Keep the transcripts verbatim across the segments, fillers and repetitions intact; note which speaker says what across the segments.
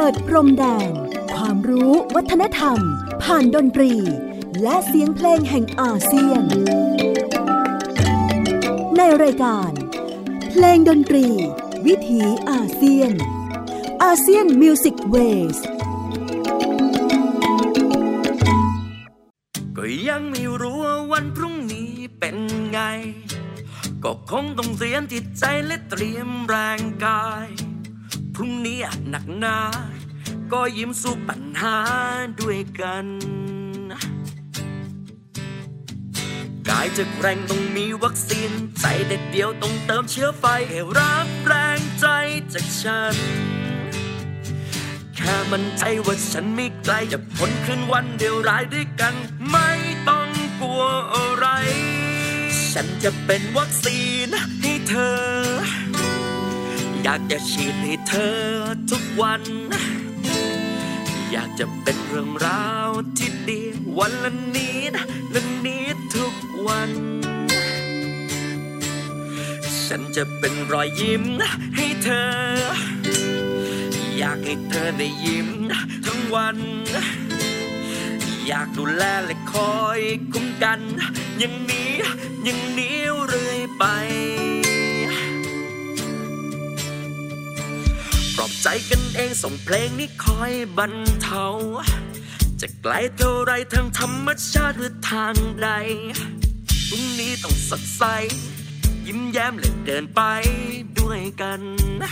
Speaker 1: ดพรมแดนความรู้วัฒนธรรมผ่านดนตรีและเสียงเพลงแห่งอาเซียนในรายการเพลงดนตรีวิถีอาเซียนอาเซียนมิวสิกเวส
Speaker 2: ก็ยังไม่รู้ว่าวันพรุ่งนี้เป็นไงก็คงต้องเตรียมจิตใจและเตรียมแรงกายพรุ่งนี้หนักหนาก็ยิ้มสู้ปัญหาด้วยกันกายจะแกร่งต้องมีวัคซีนใจเด็ดเดียวต้องเติมเชื้อไฟให้รับแรงใจจากฉันแค่มั่นใจว่าฉันไม่ไกลจะพ้นคืนวันเดียวร้ายด้วยกันไม่ต้องกลัวอะไรฉันจะเป็นวัคซีนให้เธออยากจะฉีดให้เธอทุกวันอยากจะเป็นเรื่องราวที่ดีวันละนิดละนิดทุกวันฉันจะเป็นรอยยิ้มให้เธออยากให้เธอได้ยิ้มทั้งวันอยากดูแลและคอยคุ้มกันอย่างนี้อย่างนี้เรื่อยไปปลอบใจกันเองส่งเพลงนี้คอยบรรเทาจะไกลเท่าไรทางธรรมชาติหรือทางใดพรุ่งนี้ต้องสดใสยิ้มแย้มและเดินไปด้วยกัน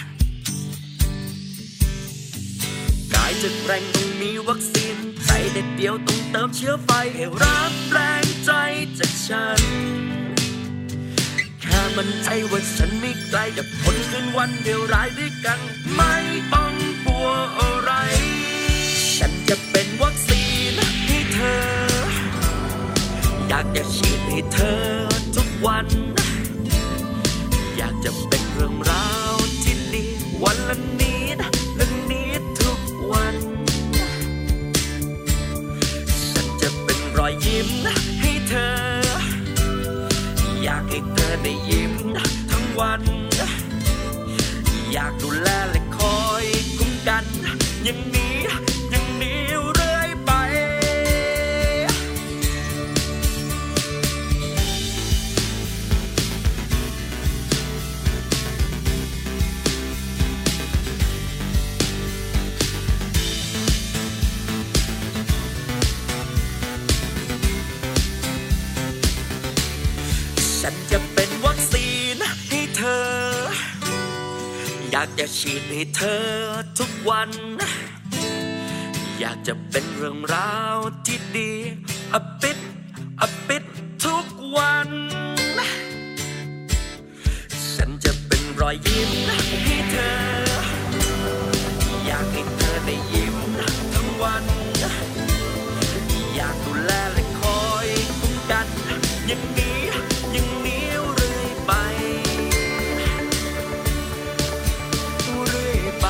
Speaker 2: กายจะแกร่งต้องมีวัคซีนใจเด็ดเดียวต้องเติมเชื้อไฟให้รับแรงใจจากฉันแค่มั่นใจว่าฉันไม่ไกลจะพ้นคืนวันเดียวร้ายด้วยกันไม่ต้องกลัวอะไรฉันจะเป็นวัคซีนให้เธออยากจะฉีดให้เธอทุกวันอยากจะเป็นเรื่องราวที่ดีวันละนิดละนิดทุกวันฉันจะเป็นรอยยิ้มให้เธออยากให้เธอได้ยิ้มทั้งวันอยากดูแลและคอยคุ้มกันอย่างนี้อย่างนี้เรื่อยไปฉันจะเป็นวัคซีนให้เธออยากจะฉีดให้เธอทุกวันอยากจะเป็นเรื่องราวที่ดีอปิดอปิดทุกวันฉันจะเป็นรอยยิ้มให้เธออยากให้เธอได้ยิ้มทั้งวันอยากดูแลและคอยคุ้มกันอย่างนี้อย่างนี้เรื่อยไปเรื่อยไป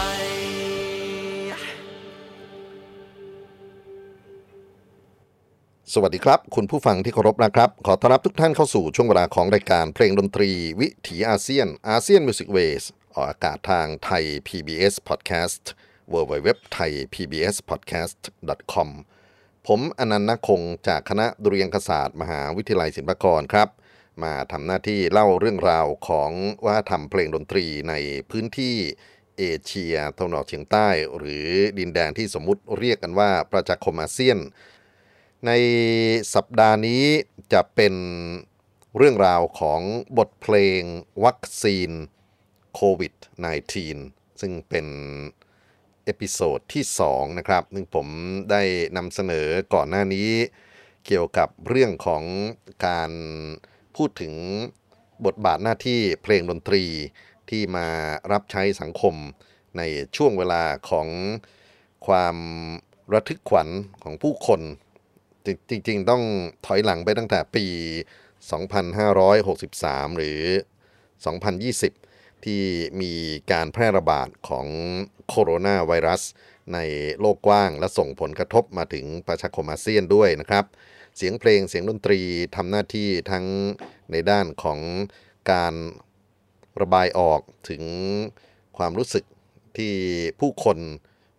Speaker 3: สวัสดีครับคุณผู้ฟังที่เคารพนะครับขอต้อนรับทุกท่านเข้าสู่ช่วงเวลาของรายการเพลงดนตรีวิถีอาเซียนอาเซียนมิวสิกเวสออกอากาศทางไทย พี บี เอส Podcast ดับเบิลยู ดับเบิลยู ดับเบิลยู ดอท ไทย พี บี เอส พอดแคสต์ ดอท คอม ผมอนันต์ ณ คงจากคณะดุริยางคศาสตร์มหาวิทยาลัยศิลปากรครับมาทำหน้าที่เล่าเรื่องราวของวัฒนธรรมเพลงดนตรีในพื้นที่เอเชียตะวันออกเฉียงใต้หรือดินแดนที่สมมุติเรียกกันว่าประชาคมอาเซียนในสัปดาห์นี้จะเป็นเรื่องราวของบทเพลงวัคซีนโควิด สิบเก้า ซึ่งเป็นเอพิโซดที่สองนะครับซึ่งผมได้นำเสนอก่อนหน้านี้เกี่ยวกับเรื่องของการพูดถึงบทบาทหน้าที่เพลงดนตรีที่มารับใช้สังคมในช่วงเวลาของความระทึกขวัญของผู้คนจริงๆต้องถอยหลังไปตั้งแต่ปีสองพันห้าร้อยหกสิบสามหรือสองพันยี่สิบที่มีการแพร่ระบาดของโคโรนาไวรัสในโลกกว้างและส่งผลกระทบมาถึงประชาคมอาเซียนด้วยนะครับเสียงเพลงเสียงดนตรีทำหน้าที่ทั้งในด้านของการระบายออกถึงความรู้สึกที่ผู้คน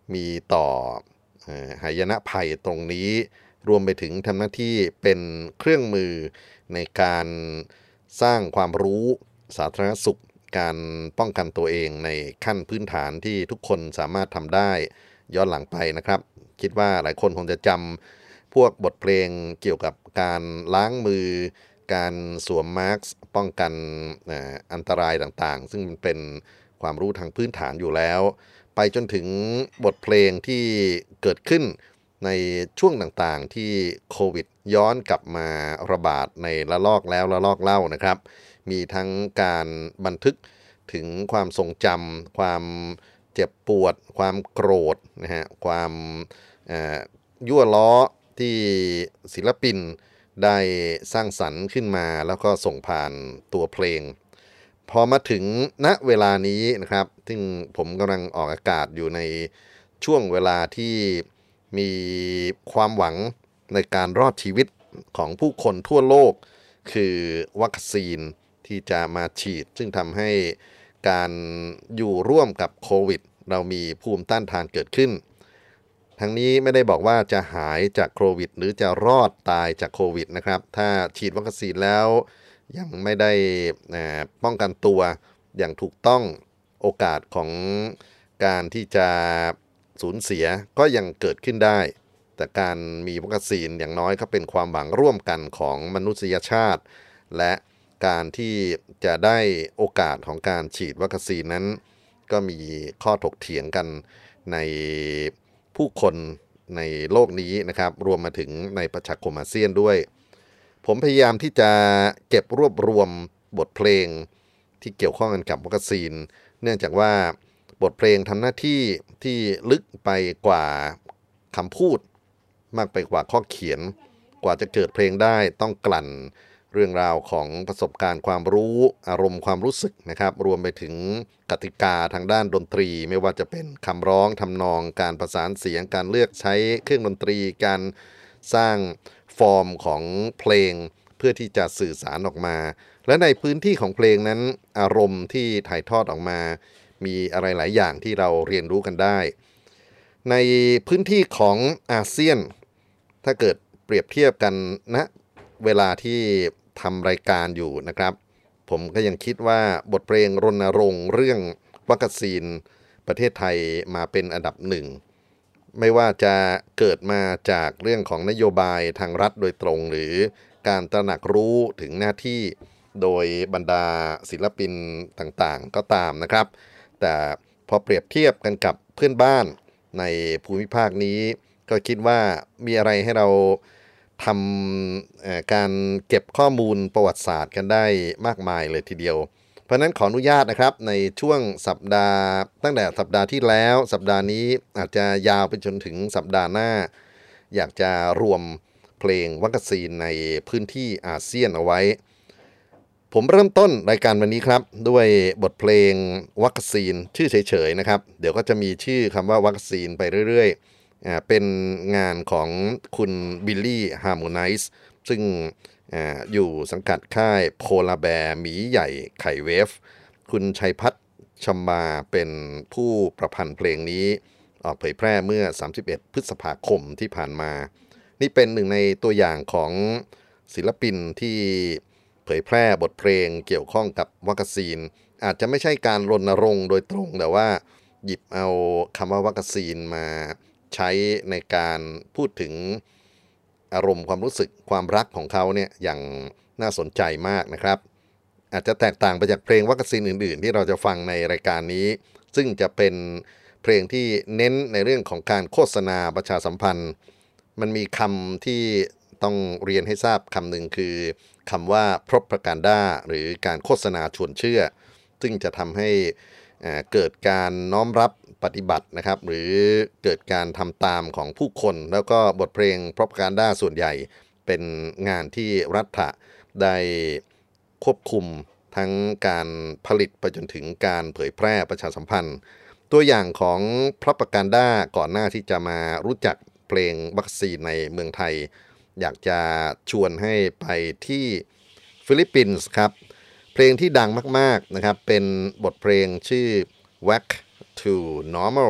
Speaker 3: มีต่อหายนะภัยตรงนี้รวมไปถึงทำหน้าที่เป็นเครื่องมือในการสร้างความรู้สาธารณสุขการป้องกันตัวเองในขั้นพื้นฐานที่ทุกคนสามารถทำได้ย้อนหลังไปนะครับคิดว่าหลายคนคงจะจำพวกบทเพลงเกี่ยวกับการล้างมือการสวมมาสก์ป้องกันอันตรายต่างๆซึ่งเป็นความรู้ทางพื้นฐานอยู่แล้วไปจนถึงบทเพลงที่เกิดขึ้นในช่วงต่างๆที่โควิดย้อนกลับมาระบาดในระลอกแล้วระลอกเล่านะครับมีทั้งการบันทึกถึงความทรงจำความเจ็บปวดความโกรธนะฮะความยั่วล้อที่ศิลปินได้สร้างสรรค์ขึ้นมาแล้วก็ส่งผ่านตัวเพลงพอมาถึงณเวลานี้นะครับซึ่งผมกำลังออกอากาศอยู่ในช่วงเวลาที่มีความหวังในการรอดชีวิตของผู้คนทั่วโลกคือวัคซีนที่จะมาฉีดซึ่งทำให้การอยู่ร่วมกับโควิดเรามีภูมิต้านทานเกิดขึ้นทั้งนี้ไม่ได้บอกว่าจะหายจากโควิดหรือจะรอดตายจากโควิดนะครับถ้าฉีดวัคซีนแล้วยังไม่ได้ป้องกันตัวอย่างถูกต้องโอกาสของการที่จะสูญเสียก็ยังเกิดขึ้นได้แต่การมีวัคซีนอย่างน้อยก็เป็นความหวังร่วมกันของมนุษยชาติและการที่จะได้โอกาสของการฉีดวัคซีนนั้นก็มีข้อถกเถียงกันในผู้คนในโลกนี้นะครับรวมมาถึงในประชาคมอาเซียนด้วยผมพยายามที่จะเก็บรวบรวมบทเพลงที่เกี่ยวข้องกันกับวัคซีนเนื่องจากว่าบทเพลงทำหน้าที่ที่ลึกไปกว่าคำพูดมากไปกว่าข้อเขียนกว่าจะเกิดเพลงได้ต้องกลั่นเรื่องราวของประสบการณ์ความรู้อารมณ์ความรู้สึกนะครับรวมไปถึงกติกาทางด้านดนตรีไม่ว่าจะเป็นคำร้องทำนองการประสานเสียงการเลือกใช้เครื่องดนตรีการสร้างฟอร์มของเพลงเพื่อที่จะสื่อสารออกมาและในพื้นที่ของเพลงนั้นอารมณ์ที่ถ่ายทอดออกมามีอะไรหลายอย่างที่เราเรียนรู้กันได้ในพื้นที่ของอาเซียนถ้าเกิดเปรียบเทียบกันณนะเวลาที่ทำรายการอยู่นะครับผมก็ยังคิดว่าบทเพลงรณรงค์เรื่องวัคซีนประเทศไทยมาเป็นอันดับหนึ่งไม่ว่าจะเกิดมาจากเรื่องของนโยบายทางรัฐโดยตรงหรือการตระหนักรู้ถึงหน้าที่โดยบรรดาศิลปินต่างๆก็ตามนะครับแต่พอเปรียบเทียบกันกับเพื่อนบ้านในภูมิภาคนี้ก็คิดว่ามีอะไรให้เราทำการเก็บข้อมูลประวัติศาสตร์กันได้มากมายเลยทีเดียวเพราะนั้นขออนุญาตนะครับในช่วงสัปดาห์ตั้งแต่สัปดาห์ที่แล้วสัปดาห์นี้อาจจะยาวไปจนถึงสัปดาห์หน้าอยากจะรวมเพลงวัคซีนในพื้นที่อาเซียนเอาไว้ผมเริ่มต้นรายการวันนี้ครับด้วยบทเพลงวัคซีนชื่อเฉยๆนะครับเดี๋ยวก็จะมีชื่อคำว่าวัคซีนไปเรื่อยๆอ่าเป็นงานของคุณบิลลี่ฮาร์โมไนซ์ซึ่งอ่าอยู่สังกัดค่ายโพลาแบร์หมีใหญ่ไข่เวฟคุณชัยพัฒน์ชมมาเป็นผู้ประพันธ์เพลงนี้ออกเผยแพร่เมื่อสามสิบเอ็ดพฤษภาคมที่ผ่านมานี่เป็นหนึ่งในตัวอย่างของศิลปินที่เผยแพร่บทเพลงเกี่ยวข้องกับวัคซีนอาจจะไม่ใช่การรณรงค์โดยตรงแต่ว่าหยิบเอาคำว่าวัคซีนมาใช้ในการพูดถึงอารมณ์ความรู้สึกความรักของเขาเนี่ยอย่างน่าสนใจมากนะครับอาจจะแตกต่างไปจากเพลงวัคซีนอื่นๆที่เราจะฟังในรายการนี้ซึ่งจะเป็นเพลงที่เน้นในเรื่องของการโฆษณาประชาสัมพันธ์มันมีคำที่ต้องเรียนให้ทราบคำหนึ่งคือคำว่า propaganda หรือการโฆษณาชวนเชื่อซึ่งจะทำให้เกิดการน้อมรับปฏิบัตินะครับหรือเกิดการทำตามของผู้คนแล้วก็บทเพลง propaganda ส่วนใหญ่เป็นงานที่รัฐะได้ควบคุมทั้งการผลิตไปจนถึงการเผยแพร่ประชาสัมพันธ์ตัวอย่างของ propaganda ก่อนหน้าที่จะมารู้จักเพลงวัคซีนในเมืองไทยอยากจะชวนให้ไปที่ฟิลิปปินส์ครับเพลงที่ดังมากๆนะครับเป็นบทเพลงชื่อ Back to Normal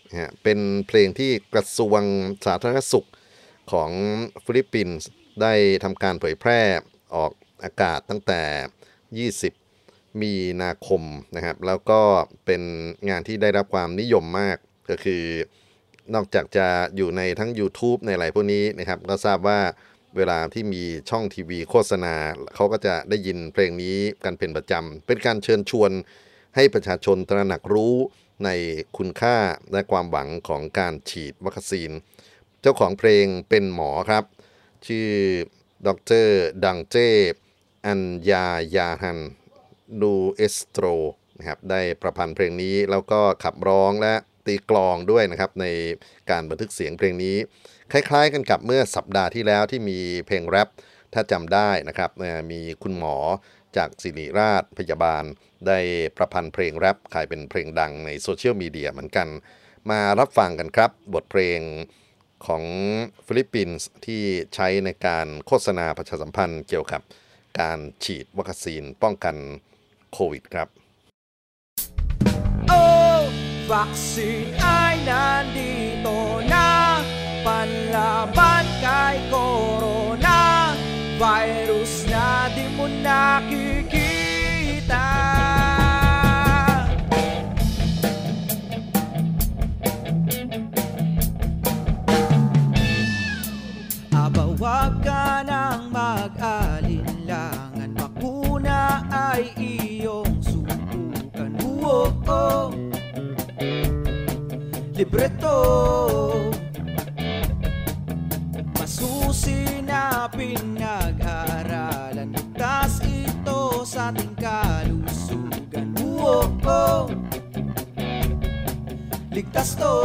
Speaker 3: นะฮะเป็นเพลงที่กระทรวงสาธารณสุขของฟิลิปปินส์ได้ทำการเผยแพร่ออกอากาศตั้งแต่ยี่สิบมีนาคมนะครับแล้วก็เป็นงานที่ได้รับความนิยมมากก็คือนอกจากจะอยู่ในทั้ง YouTube ในอะไรพวกนี้นะครับก็ทราบว่าเวลาที่มีช่องทีวีโฆษณาเขาก็จะได้ยินเพลงนี้กันเป็นประจำเป็นการเชิญชวนให้ประชาชนตระหนักรู้ในคุณค่าและความหวังของการฉีดวัคซีนเจ้าของเพลงเป็นหมอครับชื่อดร.ดังเจอัญญายาฮันดูเอสโตรนะครับได้ประพันธ์เพลงนี้แล้วก็ขับร้องและตีกลองด้วยนะครับในการบันทึกเสียงเพลงนี้คล้ายๆกันกับเมื่อสัปดาห์ที่แล้วที่มีเพลงแรปถ้าจำได้นะครับมีคุณหมอจากศิริราชพยาบาลได้ประพันธ์เพลงแรปกลายเป็นเพลงดังในโซเชียลมีเดียเหมือนกันมารับฟังกันครับบทเพลงของฟิลิปปินส์ที่ใช้ในการโฆษณาประชาสัมพันธ์เกี่ยวกับการฉีดวัคซีนป้องกันโควิดครับ
Speaker 4: Oh, vaccine ay nandito na panlaban kay corona virus na di mo nakikita Aba wag ka nang mag-alinlangan bakuna ay iyong subukan oh, oh. Libre to Masusi na pinag-aaralan Ligtas ito sa ating kalusugan oh, oh. Ligtas to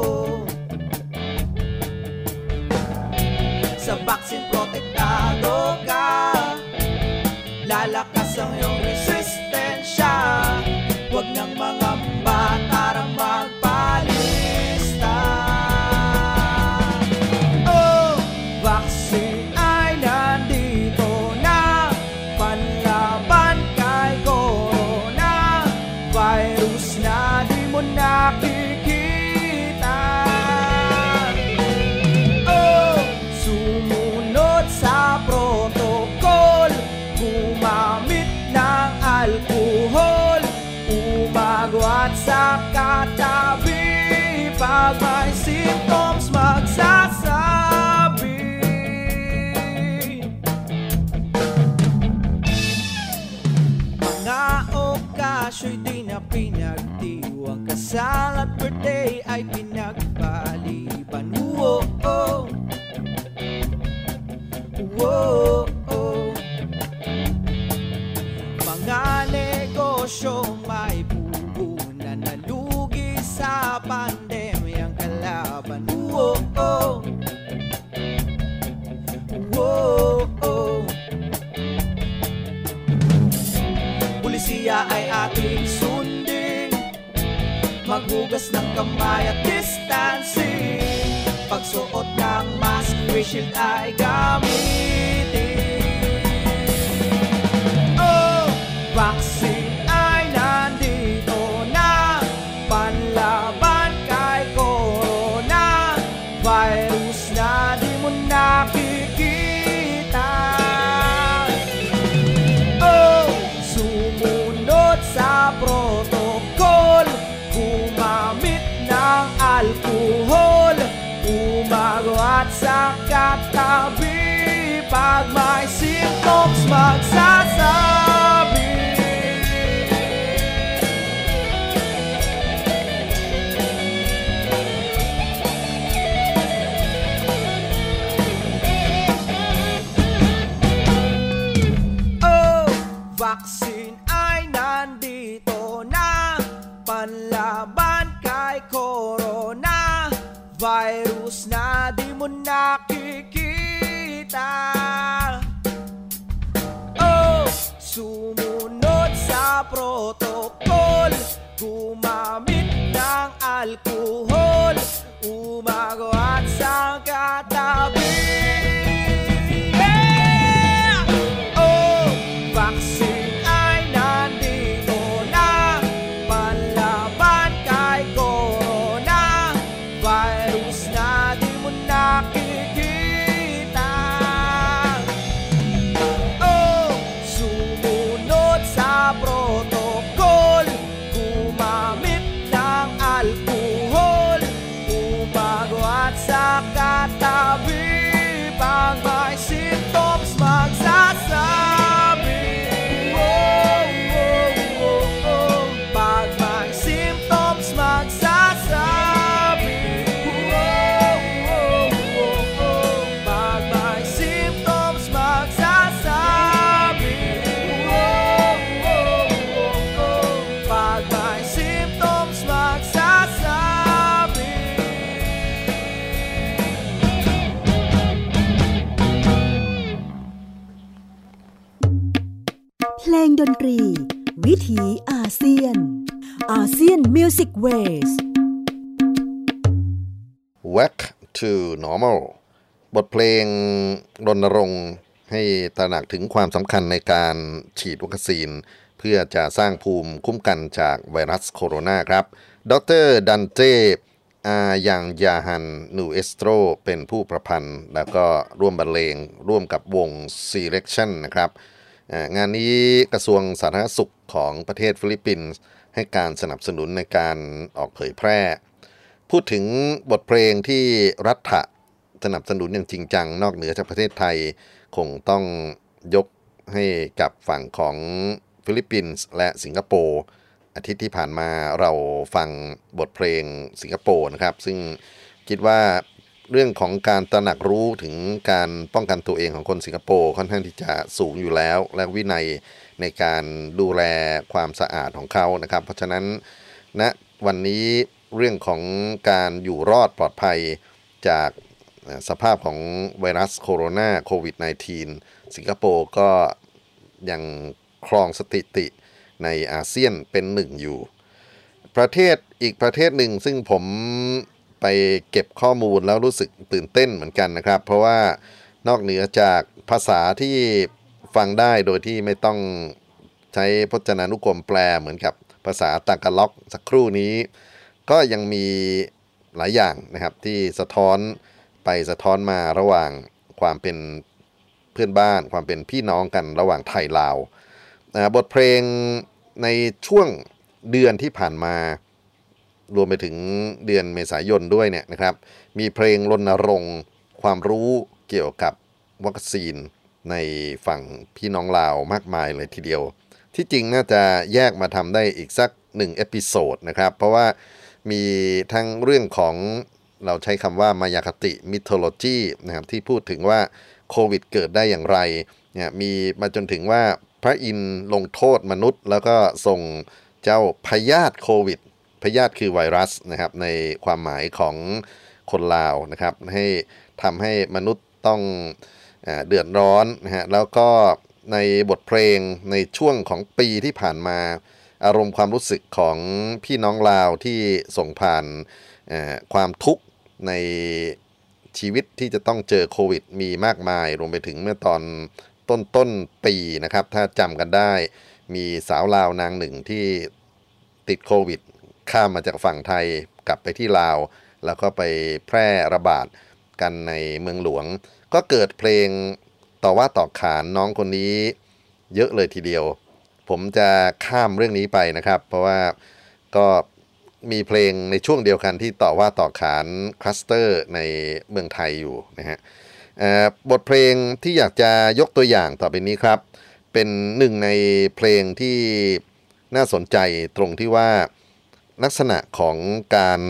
Speaker 4: Sa vaccine protektado ka Lalakas ang iyong resistensya Huwag nang mangamba para magpalista Oh, vaccine ay nandito na Panlaban kay corona Virus na di mo nakikita Oh, sumunod sa protocol Gumamit ng alcohol Umagwat sa katabi Pag may symptoms magsasabi Mga okasyo'y di na pinagdiwang Kasal at birthday ay pinagpaliban Whoa, oh, whoa, oh. Mga negosyong may puhunan Nalugi sa pandemyang kalaban Whoa, oh, whoa, oh. Pulisiya ay ating sundin Maghugas ng kamay at distancing Pagsuot ng mask, face shield ay gamitin Oh, vaccine ay nandito na Panlaban kay corona Virus na di mo nakikita Oh, sumunod sa protocol Gumamit ng alcohol Umagwat sa katabi Pag may symptoms magsasabi Oh, vaccine ay nandito na Panlaban kay corona Virus na di mo nakikita Oh, sumunod sa protocol Gumamit ng alcohol Umagwat sa katabi Yeah! Oh, vaccine ay nandito na Panlaban kay corona
Speaker 1: ดนตรีวิถีอาเซียนอาเซียนมิวสิกเวส
Speaker 3: Back to Normal บทเพลงรณรงค์ให้ตระหนักถึงความสำคัญในการฉีดวัคซีนเพื่อจะสร้างภูมิคุ้มกันจากไวรัสโคโรนาครับดรดันเจอายังยาฮันนูเอสโตรเป็นผู้ประพันธ์แล้วก็ร่วมบรรเลงร่วมกับวง Selection นะครับงานนี้กระทรวงสาธารณสุขของประเทศฟิลิปปินส์ให้การสนับสนุนในการออกเผยแพร่พูดถึงบทเพลงที่รัฐะสนับสนุนอย่างจริงจังนอกเหนือจากประเทศไทยคงต้องยกให้กับฝั่งของฟิลิปปินส์และสิงคโปร์อาทิตย์ที่ผ่านมาเราฟังบทเพลงสิงคโปร์นะครับซึ่งคิดว่าเรื่องของการตระหนักรู้ถึงการป้องกันตัวเองของคนสิงคโปร์ค่อนข้างที่จะสูงอยู่แล้วและวินัยในการดูแลความสะอาดของเขานะครับเพราะฉะนั้นณนะวันนี้เรื่องของการอยู่รอดปลอดภัยจากสภาพของไวรัสโคโรนาโควิด สิบเก้า สิงคโปร์ก็ยังครองสถิติในอาเซียนเป็นหนึ่งอยู่ประเทศอีกประเทศหนึ่งซึ่งผมไปเก็บข้อมูลแล้วรู้สึกตื่นเต้นเหมือนกันนะครับเพราะว่านอกเหนือจากภาษาที่ฟังได้โดยที่ไม่ต้องใช้พจนานุกรมแปลเหมือนกับภาษาตากาล็อกสักครู่นี้ก็ยังมีหลายอย่างนะครับที่สะท้อนไปสะท้อนมาระหว่างความเป็นเพื่อนบ้านความเป็นพี่น้องกันระหว่างไทยลาวบทเพลงในช่วงเดือนที่ผ่านมารวมไปถึงเดือนเมษายนด้วยเนี่ยนะครับมีเพลงรณรงค์ความรู้เกี่ยวกับวัคซีนในฝั่งพี่น้องลาวมากมายเลยทีเดียวที่จริงน่าจะแยกมาทำได้อีกสักหนึ่งเอพิโซดนะครับเพราะว่ามีทั้งเรื่องของเราใช้คำว่ามายาคติมิโทโลจีนะครับที่พูดถึงว่าโควิดเกิดได้อย่างไรเนี่ยมีมาจนถึงว่าพระอินทร์ลงโทษมนุษย์แล้วก็ส่งเจ้าพยาธิโควิดพยาธิคือไวรัสนะครับในความหมายของคนลาวนะครับให้ทำให้มนุษย์ต้องเอ่อเดือดร้อนนะฮะแล้วก็ในบทเพลงในช่วงของปีที่ผ่านมาอารมณ์ความรู้สึกของพี่น้องลาวที่ส่งผ่านเอ่อความทุกข์ในชีวิตที่จะต้องเจอโควิดมีมากมายรวมไปถึงเมื่อตอนต้นต้นปีนะครับถ้าจำกันได้มีสาวลาวนางหนึ่งที่ติดโควิดข้ามมาจากฝั่งไทยกลับไปที่ลาวแล้วก็ไปแพร่ระบาดกันในเมืองหลวงก็เกิดเพลงต่อว่าต่อขานน้องคนนี้เยอะเลยทีเดียวผมจะข้ามเรื่องนี้ไปนะครับเพราะว่าก็มีเพลงในช่วงเดียวกันที่ต่อว่าต่อขานคลัสเตอร์ในเมืองไทยอยู่นะฮะบทเพลงที่อยากจะยกตัวอย่างต่อไปนี้ครับเป็นหนึ่งในเพลงที่น่าสนใจตรงที่ว่าลักษณะของการ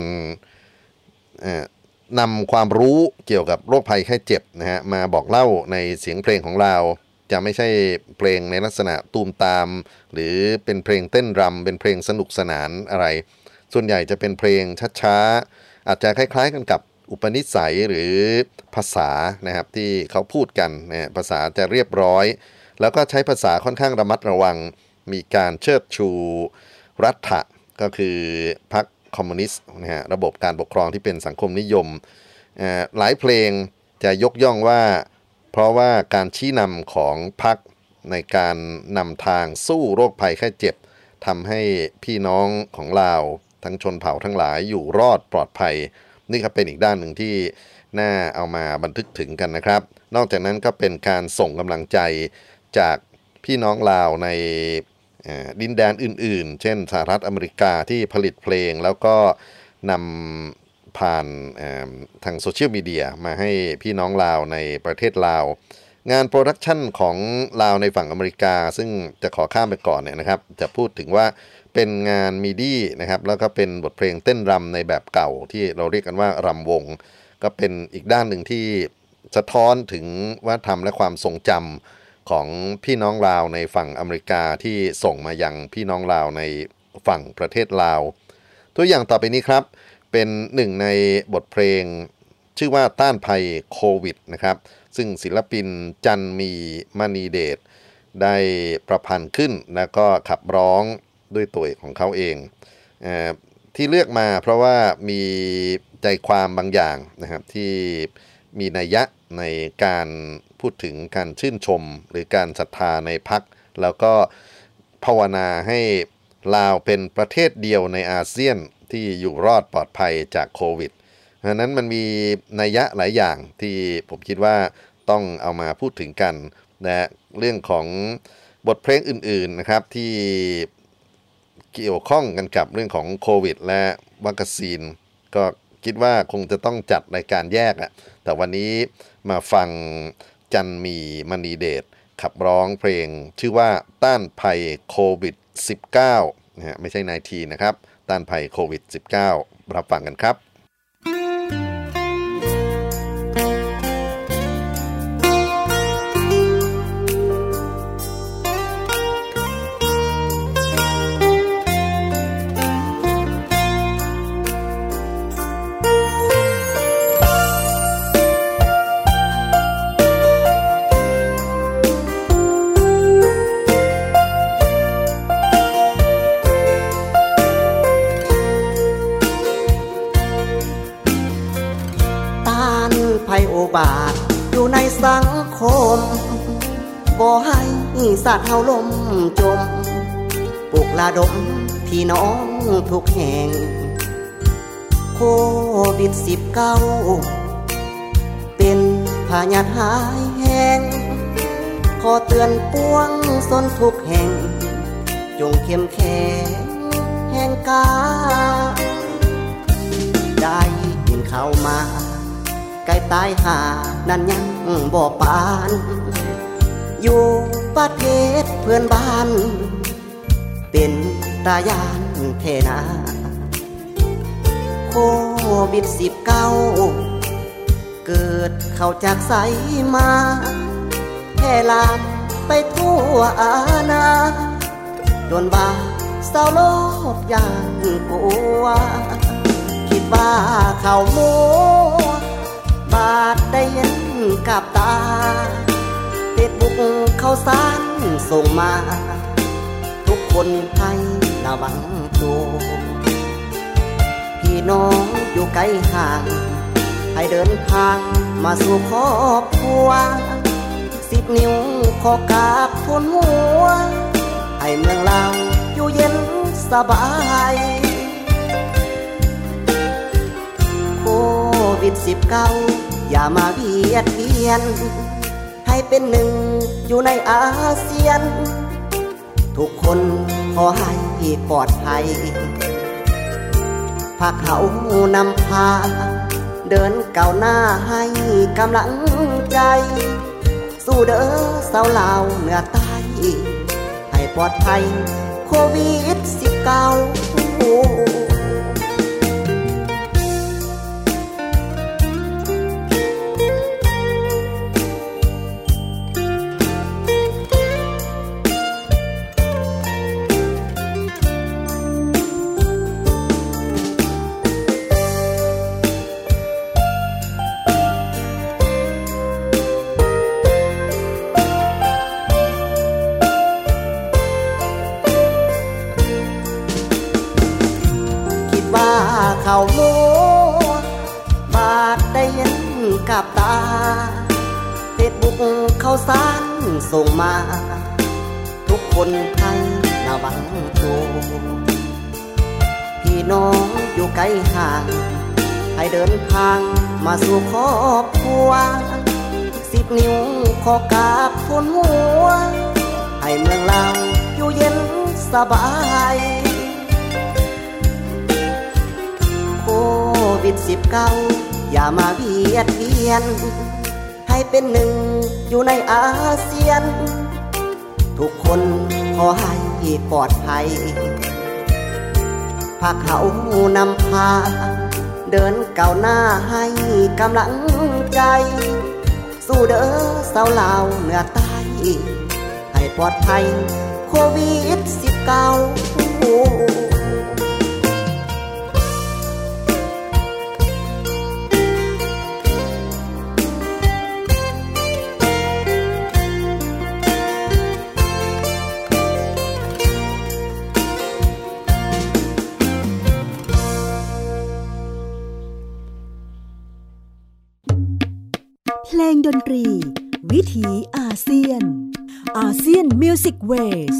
Speaker 3: นำความรู้เกี่ยวกับโรคภัยไข้เจ็บนะฮะมาบอกเล่าในเสียงเพลงของเราจะไม่ใช่เพลงในลักษณะตูมตามหรือเป็นเพลงเต้นรำเป็นเพลงสนุกสนานอะไรส่วนใหญ่จะเป็นเพลงช้าๆอาจจะคล้ายๆกันกับอุปนิสัยหรือภาษานะครับที่เขาพูดกันนะภาษาจะเรียบร้อยแล้วก็ใช้ภาษาค่อนข้างระมัดระวังมีการเชิดชูรัฐะก็คือพรรคคอมมิวนิสต์นะฮะระบบการปกครองที่เป็นสังคมนิยมหลายเพลงจะยกย่องว่าเพราะว่าการชี้นำของพรรคในการนำทางสู้โรคภัยไข้เจ็บทำให้พี่น้องของลาวทั้งชนเผ่าทั้งหลายอยู่รอดปลอดภัยนี่ก็เป็นอีกด้านหนึ่งที่น่าเอามาบันทึกถึงกันนะครับนอกจากนั้นก็เป็นการส่งกำลังใจจากพี่น้องลาวในดินแดนอื่นๆเช่นสหรัฐอเมริกาที่ผลิตเพลงแล้วก็นำผ่านทางโซเชียลมีเดียมาให้พี่น้องลาวในประเทศลาวงานโปรดักชันของลาวในฝั่งอเมริกาซึ่งจะขอข้ามไปก่อนเนี่ยนะครับจะพูดถึงว่าเป็นงานมิดี้นะครับแล้วก็เป็นบทเพลงเต้นรำในแบบเก่าที่เราเรียกกันว่ารำวงก็เป็นอีกด้านหนึ่งที่สะท้อนถึงวัฒนธรรมและความทรงจำของพี่น้องลาวในฝั่งอเมริกาที่ส่งมายังพี่น้องลาวในฝั่งประเทศลาวตัวอย่างต่อไปนี้ครับเป็นหนึ่งในบทเพลงชื่อว่าต้านภัยโควิดนะครับซึ่งศิลปินจันมีมณีเดชได้ประพันธ์ขึ้นแล้วก็ขับร้องด้วยตัวของเขาเองเอ่อที่เลือกมาเพราะว่ามีใจความบางอย่างนะครับที่มีนัยยะในการพูดถึงการชื่นชมหรือการศรัทธาในพรรคแล้วก็ภาวนาให้ลาวเป็นประเทศเดียวในอาเซียนที่อยู่รอดปลอดภัยจากโควิดเพราะนั้นมันมีนัยยะหลายอย่างที่ผมคิดว่าต้องเอามาพูดถึงกันและเรื่องของบทเพลงอื่นๆนะครับที่เกี่ยวข้องกันกับเรื่องของโควิดและวัคซีนก็คิดว่าคงจะต้องจัดรายการแยกอะแต่วันนี้มาฟังจันมีมณีเดชขับร้องเพลงชื่อว่าต้านภัยโควิด สิบเก้า นะฮะไม่ใช่สิบเก้านะครับต้านภัยโควิด สิบเก้า รับฟังกันครับ
Speaker 5: บาทอยู่ในสังคมบ่ให้สัตว์เฮาล้มจมปลุกระดมพี่น้องทุกแห่งโควิด สิบเก้า เป็นพายุหายแห้งขอเตือนปวงชนทุกแห่งจงเข้มแข็งแห่งกาได้ยินเข้ามาใกล้ตายหานั้นยังบ่ปานอยู่ประเทศเพื่อนบ้านเป็นตายานเทนาโควิด สิบเก้า เกิดเข้าจากไสมาแพร่ลามไปทั่วอาณาจนว่าเศร้าโลกย่านกลัวคิดว่าเขาโมบาดได้เห็นกับตาเฟซบุ๊กเขาสานส่งมาทุกคนให้ระวังตัวพี่น้องอยู่ไกลห่างให้เดินทางมาสู่ครอบครัวสิบนิ้วขอกราบทูลหัวให้เมืองลาวอยู่เย็นสบายโควิด สิบเก้า อย่ามาเบียดเบียนให้เป็นหนึ่งอยู่ในอาเซียนทุกคนขอให้ปลอดภัยพาเขานำพาเดินก้าวหน้าให้กำลังใจสู้เด้อสาวลาวเหนือใต้ให้ปลอดภัยโควิด สิบเก้าเขาโมบาดได้เห็นกับตาเฟซบุ๊กเขาสานส่งมาทุกคนให้ระวังตัวพี่น้องอยู่ไกลห่างให้เดินทางมาสู่ครอบครัวสิบนิ้วขอกราบทูลหัวให้เมืองลาวอยู่เย็นสบายโควิด สิบเก้า อย่ามาเบียดเบียนให้เป็นหนึ่งอยู่ในอาเซียนทุกคนขอให้ปลอดภัยพาเขานำพาเดินก้าวหน้าให้กำลังใจสู้เด้อสาวลาวเหนือใต้ให้ปลอดภัยโควิด สิบเก้า
Speaker 1: เพลงดนตรีวิถีอาเซียนอาเซียนมิวสิกเวส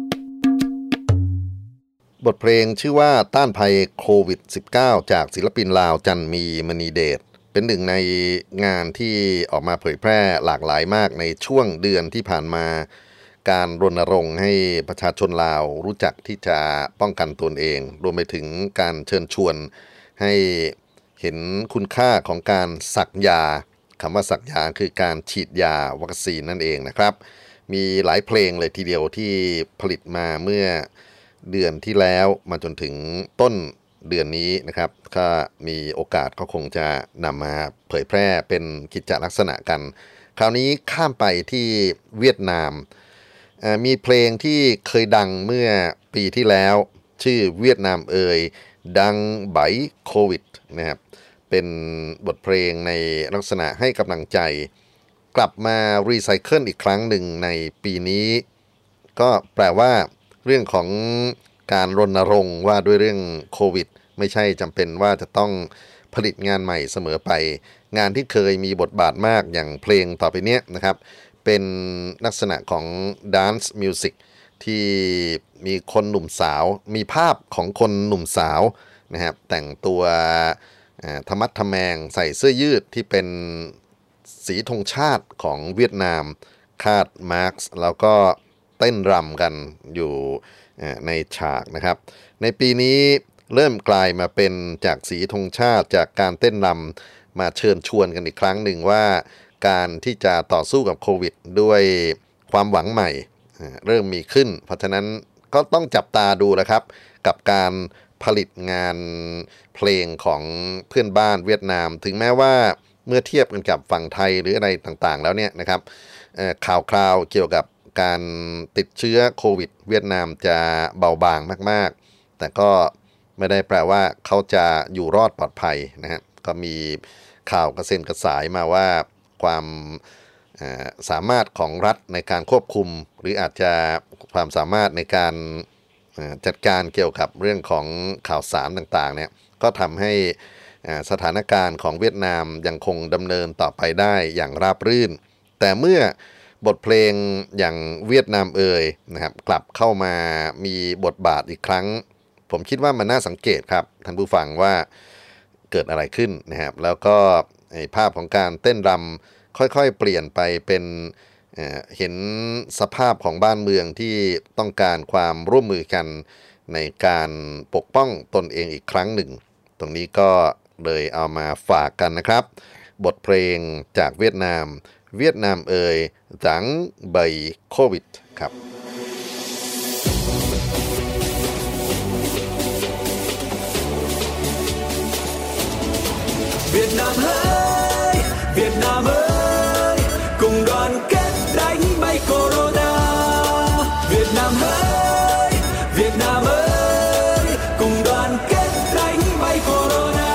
Speaker 3: บทเพลงชื่อว่าต้านภัยโควิด สิบเก้า จากศิลปินลาวจันมีมณีเดชเป็นหนึ่งในงานที่ออกมาเผยแพร่หลากหลายมากในช่วงเดือนที่ผ่านมาการรณรงค์ให้ประชาชนลาวรู้จักที่จะป้องกันตนเองรวมไปถึงการเชิญชวนให้เห็นคุณค่าของการสักยาคำว่าสักยาคือการฉีดยาวัคซีนนั่นเองนะครับมีหลายเพลงเลยทีเดียวที่ผลิตมาเมื่อเดือนที่แล้วมาจนถึงต้นเดือนนี้นะครับถ้ามีโอกาสก็คงจะนำมาเผยแพร่เป็นกิจลักษณะกันคราวนี้ข้ามไปที่เวียดนามมีเพลงที่เคยดังเมื่อปีที่แล้วชื่อเวียดนามเอ่ยดังไบโควิดนะครับเป็นบทเพลงในลักษณะให้กำลังใจกลับมารีไซเคิลอีกครั้งหนึ่งในปีนี้ก็แปลว่าเรื่องของการรณรงค์ว่าด้วยเรื่องโควิดไม่ใช่จำเป็นว่าจะต้องผลิตงานใหม่เสมอไปงานที่เคยมีบทบาทมากอย่างเพลงต่อไปเนี้ยนะครับเป็นลักษณะของ Dance Music ที่มีคนหนุ่มสาวมีภาพของคนหนุ่มสาวนะครับแต่งตัวธรรมัดทแมงใส่เสื้อยืดที่เป็นสีธงชาติของเวียดนามคาดมาร์กซ์แล้วก็เต้นรำกันอยู่ในฉากนะครับในปีนี้เริ่มกลายมาเป็นจากสีธงชาติจากการเต้นรำมาเชิญชวนกันอีกครั้งหนึ่งว่าการที่จะต่อสู้กับโควิดด้วยความหวังใหม่เริ่มมีขึ้นเพราะฉะนั้นก็ต้องจับตาดูนะครับกับการผลิตงานเพลงของเพื่อนบ้านเวียดนามถึงแม้ว่าเมื่อเทียบกันกับฝั่งไทยหรืออะไรต่างๆแล้วเนี่ยนะครับข่าวคราวเกี่ยวกับการติดเชื้อโควิดเวียดนามจะเบาบางมากๆแต่ก็ไม่ได้แปลว่าเขาจะอยู่รอดปลอดภัยนะฮะก็มีข่าวกระเซ็นกระสายมาว่าความสามารถของรัฐในการควบคุมหรืออาจจะความสามารถในการจัดการเกี่ยวกับเรื่องของข่าวสารต่างๆเนี่ยก็ทำให้สถานการณ์ของเวียดนามยังคงดำเนินต่อไปได้อย่างราบรื่นแต่เมื่อบทเพลงอย่างเวียดนามเอ่ยนะครับกลับเข้ามามีบทบาทอีกครั้งผมคิดว่ามันน่าสังเกตครับท่านผู้ฟังว่าเกิดอะไรขึ้นนะครับแล้วก็ภาพของการเต้นรำค่อยๆเปลี่ยนไปเป็นเอ่อเห็นสภาพของบ้านเมืองที่ต้องการความร่วมมือกันในการปกป้องตนเองอีกครั้งหนึ่งตรงนี้ก็เลยเอามาฝากกันนะครับบทเพลงจากเวียดนามเวียดนามเอ่ยจังใบโควิดครับ
Speaker 4: Việt Nam ơi Việt Nam ơi cùng đoàn kết đánh bay corona Việt Nam ơi Việt Nam ơi cùng đoàn kết đánh bay corona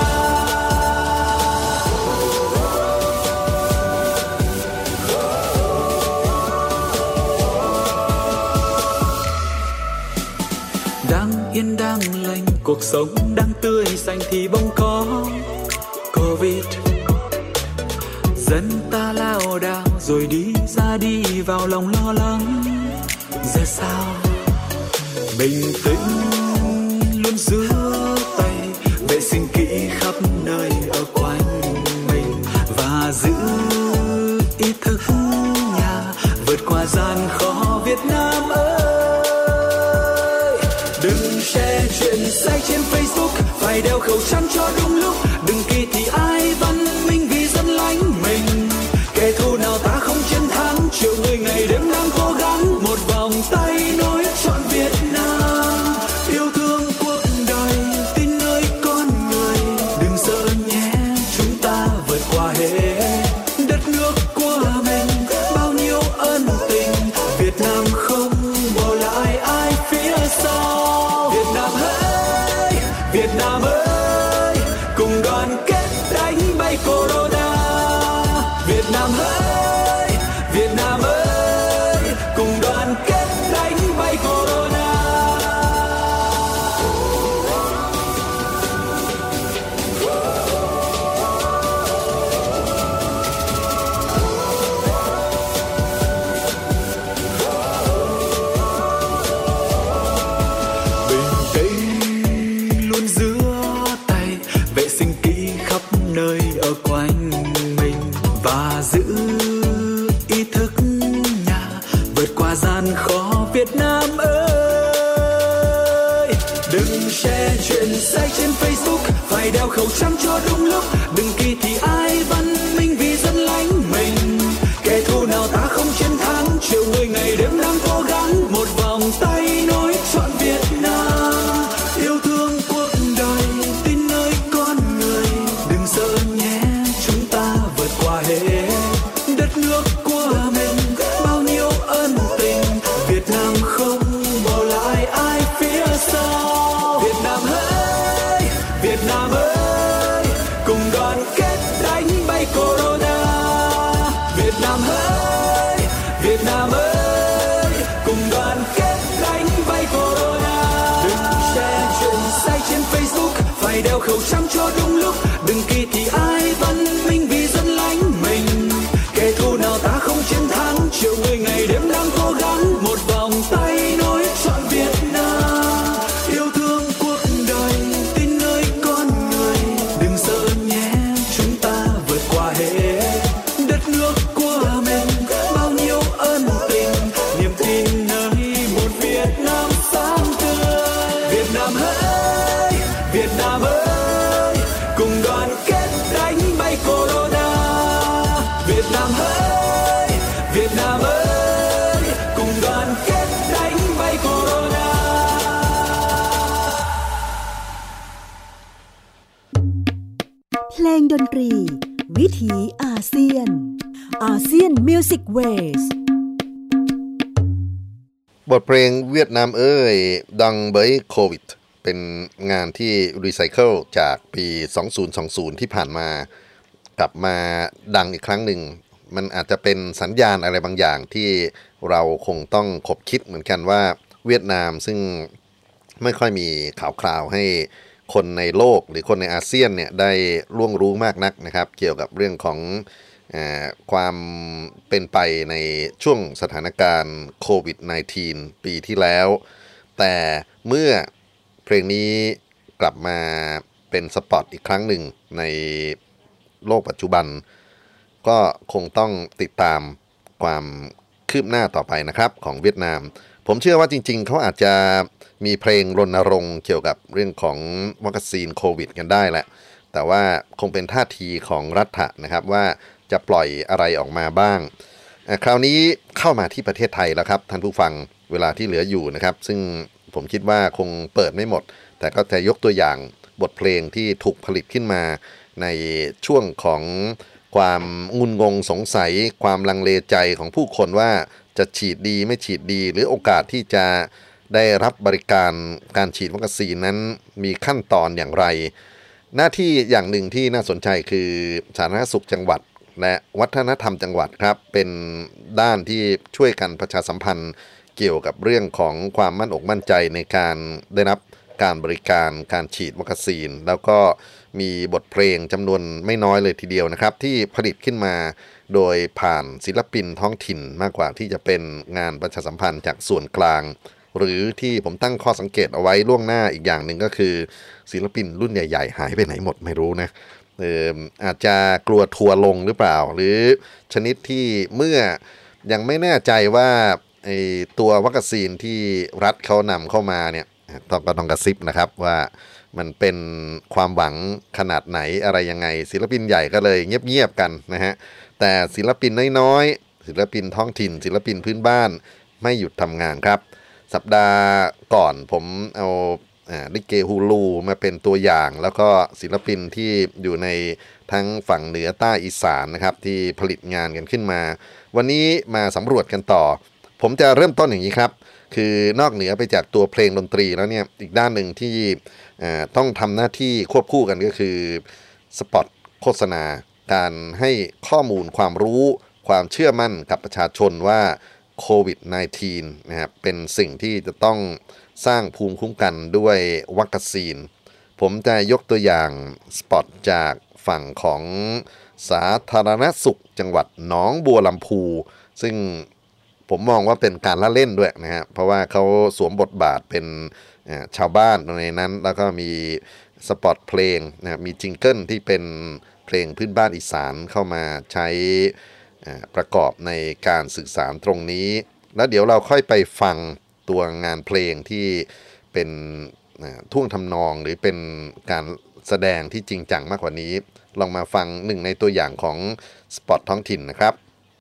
Speaker 4: đang yên đang lành cuộc sống đang tươi xanh thì bỗng có Covid dân ta lao đao rồi đi ra đi vào lòng lo lắng giờ sao bình tĩnh luôn giữ tay vệ sinh kỹ khắp nơi ở quanh mình và giữ ý thức nhà vượt qua gian khó Việt Nam ơi đừng share chuyện sai trên Facebook phải đeo khẩu trang cho đúng lúc đừng kỳ thị ai văn minh vì dân lánh mình kẻ thù nào ta không chiến thắng triệu người ngày đêm đang cố gắng một vòng tay nối trọn Việt Nam yêu thương cuộc đời tin nơi con người đừng sợ nhé chúng ta vượt qua hết đất nước của mình bao nhiêu ân tình Việt Nam không bỏ lại ai phía sau Việt Nam ơi Việt Nam ơi cùng đoàn kết đánh bay sinh kỹ khắp nơi ở quanh mình và giữ ý thức nhà vượt qua gian khó Việt Nam ơi. Đừng share chuyện sai trên Facebook, phải đeo khẩu trang cho đúng lúc, đừng kỳ thị ai văn minh vì dân lánh mình. Kẻ thù nào ta không chiến thắng, triệu người ngày đêm đang cố gắng, một vòng tay nối trọn Việt Nam. Yêu thương cuộc đời, tin nơi con người, đừng sợ nhé, chúng ta vượt qua hết. Đất nước của mình bao nhiêu ân tình, Việt Nam không bỏ lại ai phía sau. Việt Nam ơi, Việt Nam ơi, cùng đoàn kết đánh bay Corona. Việt Nam ơi, Việt Nam ơi, cùng đoàn kết đánh bay Corona. Đừng share chuyện sai trên Facebook, phải đeo khẩu trang cho đúng lúc, đừng kỳ thị ai văn minh vì dân lánh mình. Kẻ thù nào ta không chiến thắng, triệu người ngày đêm đang cố gắng, một vòng tay nối trọn Việt Nam. Yêu thương cuộc đời, tin nơi con người, đừng sợ nhé, chúng ta vượt qua hết. Đất nước của mình bao nhiêu ân tình, niềm tin nơi một Việt Nam sáng tươi. Việt Nam ơi, Việt Nam ơi, cùng đoàn kết đánh bay Corona. Việt Nam ơi, Việt Nam ơi, cùng đoàn kết đánh bay Corona.
Speaker 1: เพลงดนตรีวิถีอาเซียนอาเซียนมิวสิกเวส
Speaker 3: บทเพลงเวียดนามเอ้ยดังเบยโควิดเป็นงานที่รีไซเคิลจากปีสองพันยี่สิบที่ผ่านมากลับมาดังอีกครั้งหนึ่งมันอาจจะเป็นสัญญาณอะไรบางอย่างที่เราคงต้องคบคิดเหมือนกันว่าเวียดนามซึ่งไม่ค่อยมีข่าวคราวให้คนในโลกหรือคนในอาเซียนเนี่ยได้ล่วงรู้มากนักนะครับเกี่ยวกับเรื่องของเอ่อความเป็นไปในช่วงสถานการณ์โควิด สิบเก้า ปีที่แล้วแต่เมื่อเพลงนี้กลับมาเป็นสปอตอีกครั้งหนึ่งในโลกปัจจุบันก็คงต้องติดตามความคืบหน้าต่อไปนะครับของเวียดนามผมเชื่อว่าจริงๆเขาอาจจะมีเพลงรณรงค์เกี่ยวกับเรื่องของวัคซีนโควิดกันได้แหละแต่ว่าคงเป็นท่าทีของรัฐะนะครับว่าจะปล่อยอะไรออกมาบ้างคราวนี้เข้ามาที่ประเทศไทยแล้วครับท่านผู้ฟังเวลาที่เหลืออยู่นะครับซึ่งผมคิดว่าคงเปิดไม่หมดแต่ก็จะยกตัวอย่างบทเพลงที่ถูกผลิตขึ้นมาในช่วงของความงุนงงสงสัยความลังเลใจของผู้คนว่าจะฉีดดีไม่ฉีดดีหรือโอกาสที่จะได้รับบริการการฉีดวัคซีนนั้นมีขั้นตอนอย่างไรหน้าที่อย่างหนึ่งที่น่าสนใจคือสาธารณสุขจังหวัดและวัฒนธรรมจังหวัดครับเป็นด้านที่ช่วยกันประชาสัมพันธ์เกี่ยวกับเรื่องของความมั่นอกมั่นใจในการได้รับการบริการการฉีดวัคซีนแล้วก็มีบทเพลงจำนวนไม่น้อยเลยทีเดียวนะครับที่ผลิตขึ้นมาโดยผ่านศิลปินท้องถิ่นมากกว่าที่จะเป็นงานประชาสัมพันธ์จากส่วนกลางหรือที่ผมตั้งข้อสังเกตเอาไว้ล่วงหน้าอีกอย่างหนึ่งก็คือศิลปินรุ่นใหญ่ๆหายไปไหนหมดไม่รู้นะเอออาจจะกลัวทัวร์ลงหรือเปล่าหรือชนิดที่เมื่อยังไม่แน่ใจว่าไอ้ตัววัคซีนที่รัฐเขานำเข้ามาเนี่ยต้องก็ต้องกระซิบนะครับว่ามันเป็นความหวังขนาดไหนอะไรยังไงศิลปินใหญ่ก็เลยเงียบๆกันนะฮะแต่ศิลปินน้อยๆศิลปินท้องถิ่นศิลปินพื้นบ้านไม่หยุดทำงานครับสัปดาห์ก่อนผมเอาลิเกฮูลูมาเป็นตัวอย่างแล้วก็ศิลปินที่อยู่ในทั้งฝั่งเหนือใต้อีสานนะครับที่ผลิตงานกันขึ้นมาวันนี้มาสำรวจกันต่อผมจะเริ่มต้นอย่างนี้ครับคือนอกเหนือไปจากตัวเพลงดนตรีแล้วเนี่ยอีกด้านหนึ่งที่ต้องทำหน้าที่ควบคู่กันก็คือสปอตโฆษณาการให้ข้อมูลความรู้ความเชื่อมั่นกับประชาชนว่าโควิด สิบเก้า นะครับเป็นสิ่งที่จะต้องสร้างภูมิคุ้มกันด้วยวัคซีนผมจะยกตัวอย่างสปอตจากฝั่งของสาธารณสุขจังหวัดหนองบัวลำพูซึ่งผมมองว่าเป็นการละเล่นด้วยนะฮะเพราะว่าเขาสวมบทบาทเป็นชาวบ้านในนั้นแล้วก็มีสปอตเพลงนะมีจิงเกิลที่เป็นเพลงพื้นบ้านอีสานเข้ามาใช้ประกอบในการสื่อสารตรงนี้แล้วเดี๋ยวเราค่อยไปฟังตัวงานเพลงที่เป็นท่วงทำนองหรือเป็นการแสดงที่จริงจังมากกว่านี้ลองมาฟังหนึ่งในตัวอย่างของสปอตท้องถิ่นนะครับ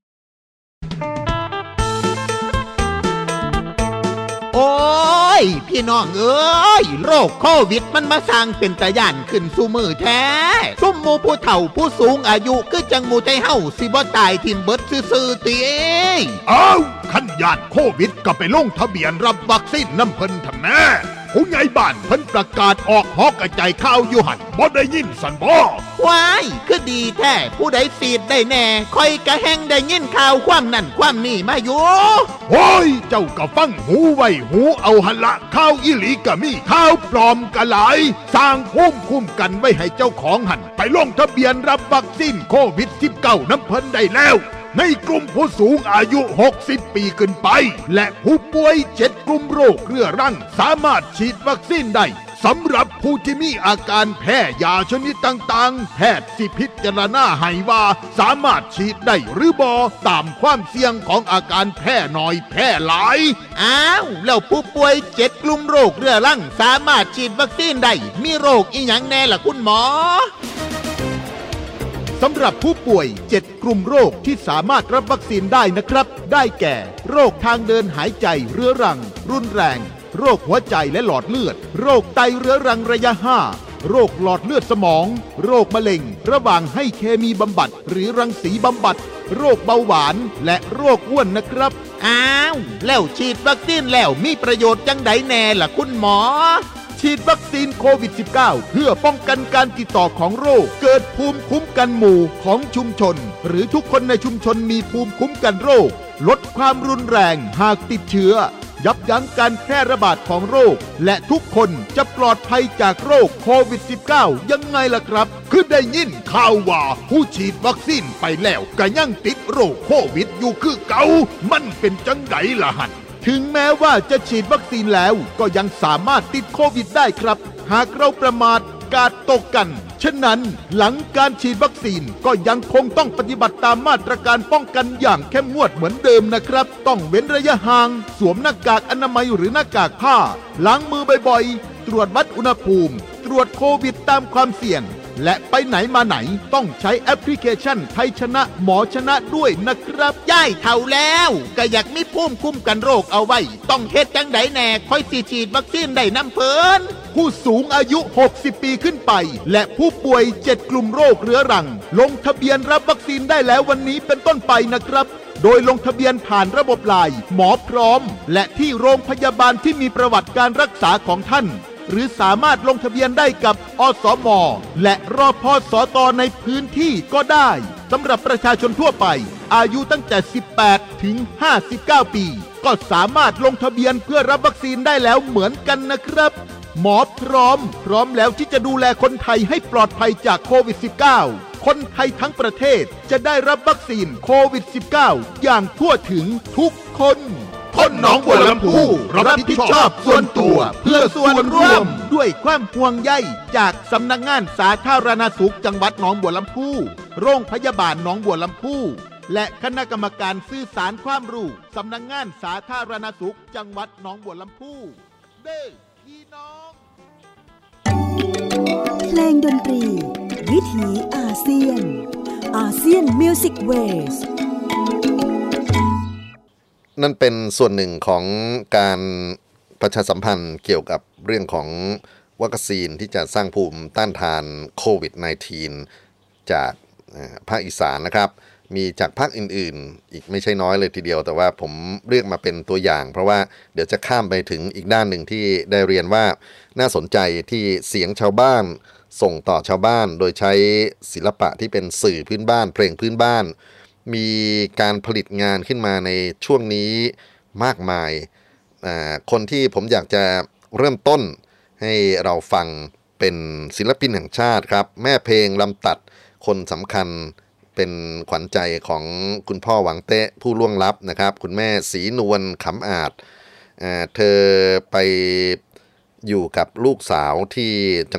Speaker 6: โอ้ยพี่น้องเอ้ยโรคโควิดมันมาสร้างเป็นตะย่านขึ้นสู่มือแท้ซุ่มหมู่ผู้เฒ่าผู้สูงอายุคือจังหมู่ไทเฮาสิบ่ตายทิ่มเบิดซื่อๆติ
Speaker 7: อ้าวคันย่านโควิดก็ไปลงทะเบียนรับวัคซีนนำเพิ่นทั้งแน่ผู้ใหญ่บ้านเพิ่นประกาศออกฮอกกระจายข่าวอยู่หั่นบ่ได้ยินสั่นบ่
Speaker 6: ว้ายคือดีแท้ผู้ใดฉีดได้แน่ค่อยก็แฮงได้ยินข่าวความนั่นความนี่มาอยู่
Speaker 7: โอ้ยเจ้าก็ฟังหูไว้หูเอาหั่นละข่าวอีหลีก็มีข่าวปลอมก็หลายสร้างภูมิคุ้มกันไว้ให้เจ้าของหั่นไปลงทะเบียนรับวัคซีนโควิด สิบเก้า นำเพิ่นได้แล้วในกลุ่มผู้สูงอายุหกสิบปีขึ้นไปและผู้ป่วยเจ็ดกลุ่มโรคเรื้อรังสามารถฉีดวัคซีนได้สำหรับผู้ที่มีอาการแพ้ยาชนิดต่างๆแพทย์สิพิจารณาให้ว่าสามารถฉีดได้หรือบ่ตามความเสี่ยงของอาการแพ้น้อยแพ้หลาย
Speaker 6: อ้าวแล้วผู้ป่วยเจ็ดกลุ่มโรคเรื้อรังสามารถฉีดวัคซีนได้มีโรคอีหยังแน่ล่ะคุณหมอ
Speaker 7: สำหรับผู้ป่วยเจ็ดกลุ่มโรคที่สามารถรับวัคซีนได้นะครับได้แก่โรคทางเดินหายใจเรื้อรังรุนแรงโรคหัวใจและหลอดเลือดโรคไตเรื้อรังระยะห้าโรคหลอดเลือดสมองโรคมะเร็งระหว่างให้เคมีบำบัดหรือรังสีบำบัดโรคเบาหวานและโรคอ้วนนะครับ
Speaker 6: อ้าวแล้วฉีดวัคซีนแล้วมีประโยชน์จังใดแน่ล่ะคุณหมอ
Speaker 7: ฉีดวัคซีนโควิด สิบเก้า เพื่อป้องกันการติดต่อของโรคเกิดภูมิคุ้มกันหมู่ของชุมชนหรือทุกคนในชุมชนมีภูมิคุ้มกันโรคลดความรุนแรงหากติดเชื้อยับยั้งการแพร่ระบาดของโรคและทุกคนจะปลอดภัยจากโรคโควิด สิบเก้า ยังไงล่ะครับคือได้ยินข่าวว่าผู้ฉีดวัคซีนไปแล้วก็ยังติดโรคโควิดอยู่คือเก่ามันเป็นจังไดล่ะหั่นถึงแม้ว่าจะฉีดวัคซีนแล้วก็ยังสามารถติดโควิดได้ครับหากเราประมาทกาดตกกันฉะนั้นหลังการฉีดวัคซีนก็ยังคงต้องปฏิบัติตามมาตรการป้องกันอย่างเข้มงวดเหมือนเดิมนะครับต้องเว้นระยะห่างสวมหน้ากากอนามัยหรือหน้ากากผ้าล้างมือบ่อยๆตรวจวัดอุณหภูมิตรวจโควิดตามความเสี่ยงและไปไหนมาไหนต้องใช้แอปพลิเคชันไทยชนะหมอชนะด้วยนะครับ
Speaker 6: ย่ายเท่าแล้วก็อยากมีภูมิคุ้มกันโรคเอาไว้ต้องเฮ็ดจังไดแน่ค่อยสิฉีดวัคซีนได้นำเพิ่น
Speaker 7: ผู้สูงอายุหกสิบปีขึ้นไปและผู้ป่วยเจ็ดกลุ่มโรคเรื้อรังลงทะเบียนรับวัคซีนได้แล้ววันนี้เป็นต้นไปนะครับโดยลงทะเบียนผ่านระบบไลน์หมอพร้อมและที่โรงพยาบาลที่มีประวัติการรักษาของท่านหรือสามารถลงทะเบียนได้กับอสม.และรพสต.ในพื้นที่ก็ได้สำหรับประชาชนทั่วไปอายุตั้งแต่สิบแปดถึงห้าสิบเก้าปีก็สามารถลงทะเบียนเพื่อรับวัคซีนได้แล้วเหมือนกันนะครับหมอพร้อมพร้อมแล้วที่จะดูแลคนไทยให้ปลอดภัยจากโควิด สิบเก้า คนไทยทั้งประเทศจะได้รับวัคซีนโควิด สิบเก้า อย่างทั่วถึงทุกคนคนหนองบัวลำพูรับผิดชอบส่วนตัวเพื่อส่วนรวม
Speaker 6: ด้วยความห่วงใยจากสำนักงานสาธารณสุขจังหวัดหนองบัวลำพูโรงพยาบาลหนองบัวลำพูและคณะกรรมการสื่อสารความรู้สำนักงานสาธารณสุขจังหวัดหนองบัวลำพูเด้อพี่น้อง
Speaker 1: เพลงดนตรีวิถีอาเซียนอาเซียนมิวสิกเวส
Speaker 3: นั่นเป็นส่วนหนึ่งของการประชาสัมพันธ์เกี่ยวกับเรื่องของวัคซีนที่จะสร้างภูมิต้านทานโควิด สิบเก้า จากภาคอีสานนะครับมีจากภาคอื่นๆอีกไม่ใช่น้อยเลยทีเดียวแต่ว่าผมเรียกมาเป็นตัวอย่างเพราะว่าเดี๋ยวจะข้ามไปถึงอีกด้านหนึ่งที่ได้เรียนว่าน่าสนใจที่เสียงชาวบ้านส่งต่อชาวบ้านโดยใช้ศิลปะที่เป็นสื่อพื้นบ้านเพลงพื้นบ้านมีการผลิตงานขึ้นมาในช่วงนี้มากมายคนที่ผมอยากจะเริ่มต้นให้เราฟังเป็นศิลปินแห่งชาติครับแม่เพลงลำตัดคนสำคัญเป็นขวัญใจของคุณพ่อหวังเตะผู้ล่วงลับนะครับคุณแม่ศรีนวลขำอาจเธอไปอยู่กับลูกสาวที่จังหวัด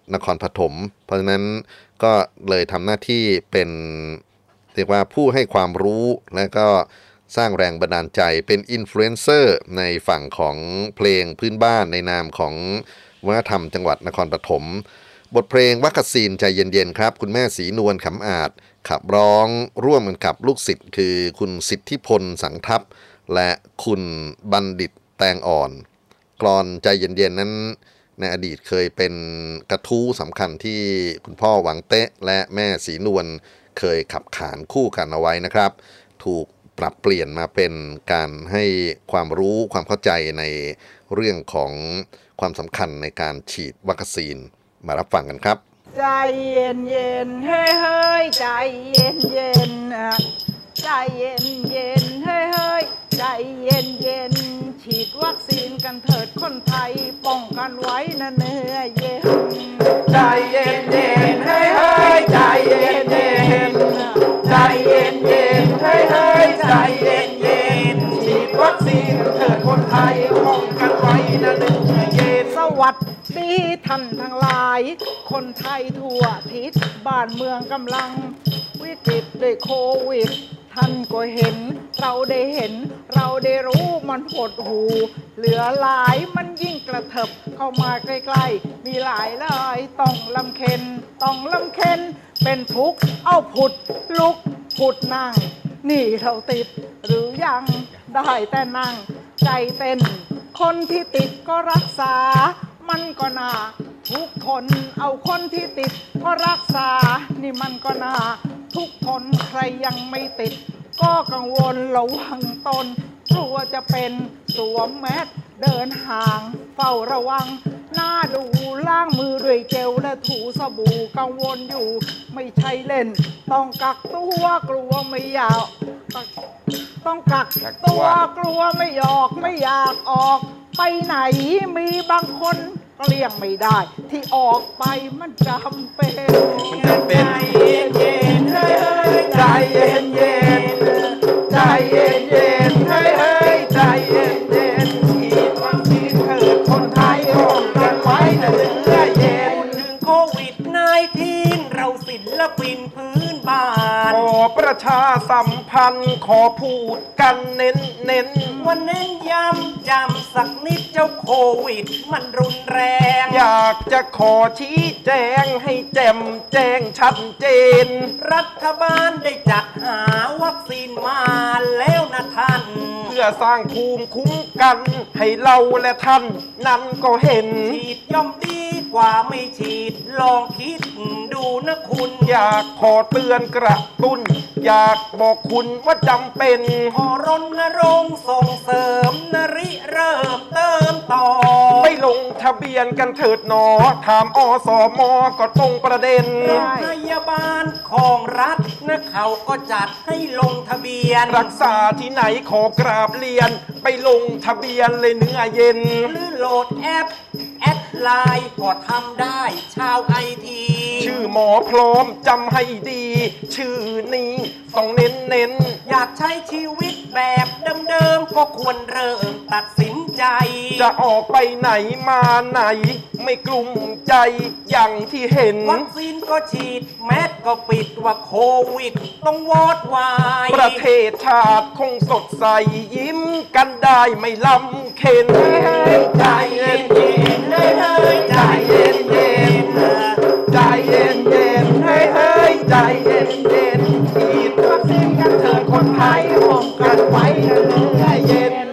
Speaker 3: นครปฐมเพราะฉะนั้นก็เลยทำหน้าที่เป็นเรียกว่าผู้ให้ความรู้และก็สร้างแรงบันดาลใจเป็นอินฟลูเอนเซอร์ในฝั่งของเพลงพื้นบ้านในนามของวัฒนธรรมจังหวัดนครปฐมบทเพลงวัคซีนใจเย็นๆครับคุณแม่ศรีนวลขำอาจขับร้องร่วมกันกับลูกศิษย์คือคุณสิทธิพลสังทัพและคุณบัณฑิตแตงอ่อนกลอนใจเย็นๆนั้นในอดีตเคยเป็นกระทู้สำคัญที่คุณพ่อหวังเต๊ะและแม่ศรีนวลเคยขับขานคู่กันเอาไว้นะครับถูกปรับเปลี่ยนมาเป็นการให้ความรู้ความเข้าใจในเรื่องของความสำคัญในการฉีดวัคซีนมารับฟังกันครับ
Speaker 8: ใจเย็นเย็นเฮ้ยเฮ้ยใจเย็นเย็นใจเย็นเย็นเฮ้ยเฮ้ยใจเย็นเย็นฉีดวัคซีนกันเถิดคนไทยป้องกันไว้นะเนื้อเย็นใจเย็นเย็นเฮ้ยเฮ้ยใจเย็นเย็นใจเย็นเย็นเฮ้ยเฮ้ยใจเย็นเย็นฉีดวัคซีนกันเถิดคนไทยป้องกันไว้นะเนื้อเย็นสวัสดีท่านทั้งหลายคนไทยทั่วทิศบ้านเมืองกำลังวิกฤตด้วยโควิดท่านก็เห็นเราได้เห็นเราได้รู้มันหดหูเหลือหลายมันยิ่งกระเถิบเข้ามาใกล้ๆมีหลายหลายต้องลำเค็นต้องลำเค็นเป็นทุกข์เอาผุดลุกผุดนั่งนี่เราติดหรือยังได้แต่นั่งใจเต้นคนที่ติดก็รักษามันก็น่าทุกคนเอาคนที่ติดก็รักษานี่มันก็น่าทุกคนใครยังไม่ติดก็กังวลระวังตนกลัวจะเป็นสวมแมสเดินห่างเฝ้าระวังหน้าดูล้างมือด้วยเจลและถูสบู่กังวลอยู่ไม่ใช่เล่นต้องกักตัวกลัวไม่อยากต้องกักตัวกลัวไม่ออกไม่อยากออกไปไหนมีบางคนก็เลี่ยงไม่ได้ที่ออกไปมันจำเป็นใจเย็นเย็นเฮ้ยใจเย็นเย็นใจเย็นเย็นเฮ้ยใจเย็นเย็นฉีดวัคซีนเถิดคนไทยป้องกันไว้นะเนื้อเย็นถึงโควิดสิบเก้า เราศิลปินพื้นบ้านขอประชาสัมพันธ์ขอพูดกันเน้นเน้นวันเน้นย้ำจำสักนิดเจ้าโควิดมันรุนแรงอยากจะขอชี้แจงให้แจ่มแจ้งชัดเจนรัฐบาลได้จัดหาวัคซีนมาแล้วนะท่านเพื่อสร้างภูมิคุ้มกันให้เราและท่านนั้นก็เห็นฉีดย่อมดีกว่าไม่ฉีดลองคิดดูนะคุณอยากขอเตือนกระตุ้นอยากบอกคุณว่าจำเป็นขอรณรงค์ส่งเสริมนริเริ่มเติมต่อไปลงทะเบียนกันเถิดหนอถามอสมก็ตรงประเด็นโรงพยาบาลของรัฐนะเขาก็จัดให้ลงทะเบียนรักษาที่ไหนขอกราบเรียนไปลงทะเบียนเลยเนื้อเย็นหรือโหลดแอปแอดไลน์ก็ทำได้ชาวไอทีชื่อหมอพร้อมจำให้ดีชื่อนี้ต้องเน้นเน้นอยากใช้ชีวิตแบบเดิมๆก็ควรเริ่มตัดสินใจจะออกไปไหนมาไหนไม่กลุ้มใจอย่างที่เห็นวัคซีนก็ฉีดแมสก็ปิดว่าโควิดต้องวอดวายประเทศชาติคงสดใสยิ้มกันได้ไม่ลำเค็นใจเย็นเย็นใจเย็นเย็นใจเย็นเย็นเฮ้ยเฮ้ยใจเย็นเย็นฉีดวัคซีนกันเถิดคนไทยป้องกันไว้เนื้อเย็น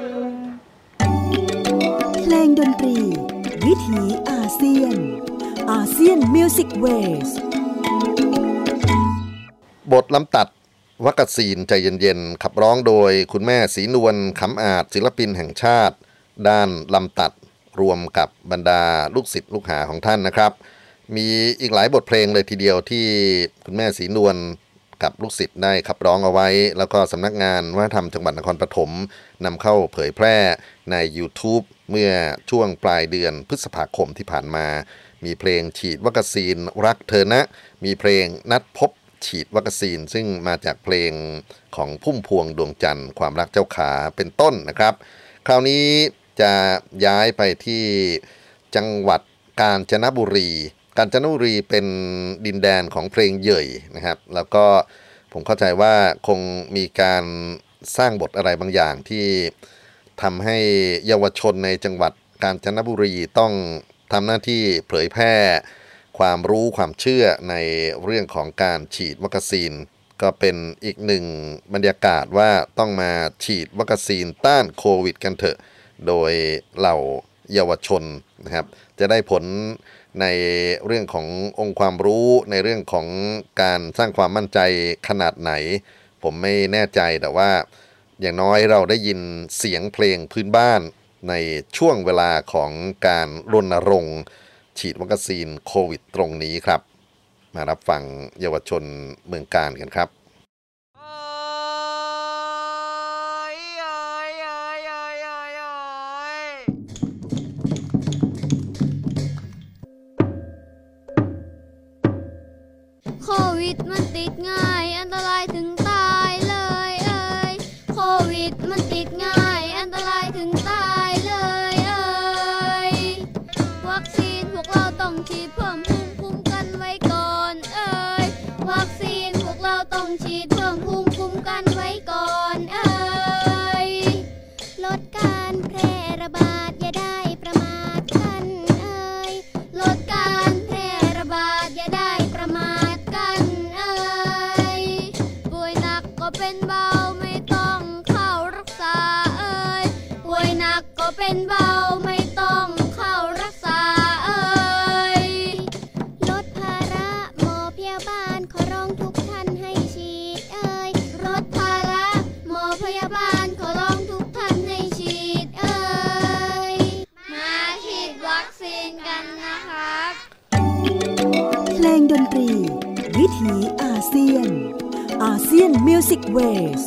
Speaker 1: เพลงดนตรีวิถีอาเซียนอาเซียนมิวสิกเวส
Speaker 3: บทลำตัดวัคซีนใจเย็นๆขับร้องโดยคุณแม่ศรีนวลขำอาจศิลปินแห่งชาติด้านลำตัดรวมกับบรรดาลูกศิษย์ลูกหาของท่านนะครับมีอีกหลายบทเพลงเลยทีเดียวที่คุณแม่ศรีนวลกับลูกศิษย์ได้ขับร้องเอาไว้แล้วก็สำนักงานวัฒนธรรมจังหวัดนครปฐมนำเข้าเผยแพร่ใน YouTube เมื่อช่วงปลายเดือนพฤษภาคมที่ผ่านมามีเพลงฉีดวัคซีนรักเธอนะมีเพลงนัดพบฉีดวัคซีนซึ่งมาจากเพลงของพุ่มพวงดวงจันทร์ความรักเจ้าขาเป็นต้นนะครับคราวนี้จะย้ายไปที่จังหวัดกาญจนบุรีกาญจนบุรีเป็นดินแดนของเพลงเหย่ยนะครับแล้วก็ผมเข้าใจว่าคงมีการสร้างบทอะไรบางอย่างที่ทำให้เยาวชนในจังหวัดกาญจนบุรีต้องทำหน้าที่เผยแพร่ความรู้ความเชื่อในเรื่องของการฉีดวัคซีนก็เป็นอีกหนึ่งบรรยากาศว่าต้องมาฉีดวัคซีนต้านโควิดกันเถอะโดยเหล่าเยาวชนนะครับจะได้ผลในเรื่องขององค์ความรู้ในเรื่องของการสร้างความมั่นใจขนาดไหนผมไม่แน่ใจแต่ว่าอย่างน้อยเราได้ยินเสียงเพลงพื้นบ้านในช่วงเวลาของการรณรงค์ฉีดวัคซีนโควิดตรงนี้ครับมารับฟังเยาวชนเมืองกาญกันครับ
Speaker 9: โควิดมันติดง่ายอันตรายถึงตายเลยเอ้ยโควิดมันติดง่ายอันตรายถึงตายเลยเอ้ยวัคซีนพวกเราต้องฉีดเพิ่มภูมิคุ้มกันไว้ก่อนเอ้ยวัคซีนพวกเราต้องฉีดเพิ่มภูมิคุ้มกันไว้ก่อนเอ้ยลดการแพร่ระบาดอย่าได้ประมาทกันเอ้ยลดการแพร่ระบาดอย่าได้ประมาทกันเอ้ยป่วยหนักก็เป็นเบาไม่ต้องเข้ารักษาเอ้ยป่วยหนักก็เป็นเบาไม่ต้องเข้ารักษาเอ้ยลดภาระหมอพยาบาลขอร้องทุกท่านให้ฉีดเอ้ยลดภาระหมอพยาบาลขอร้องทุกท่านให้ฉีดเอ้ยมาฉีดวัคซีนกันนะครับ
Speaker 1: เพลงดนตรีวิถีอาเซียนอาเซียนมิวสิกเวส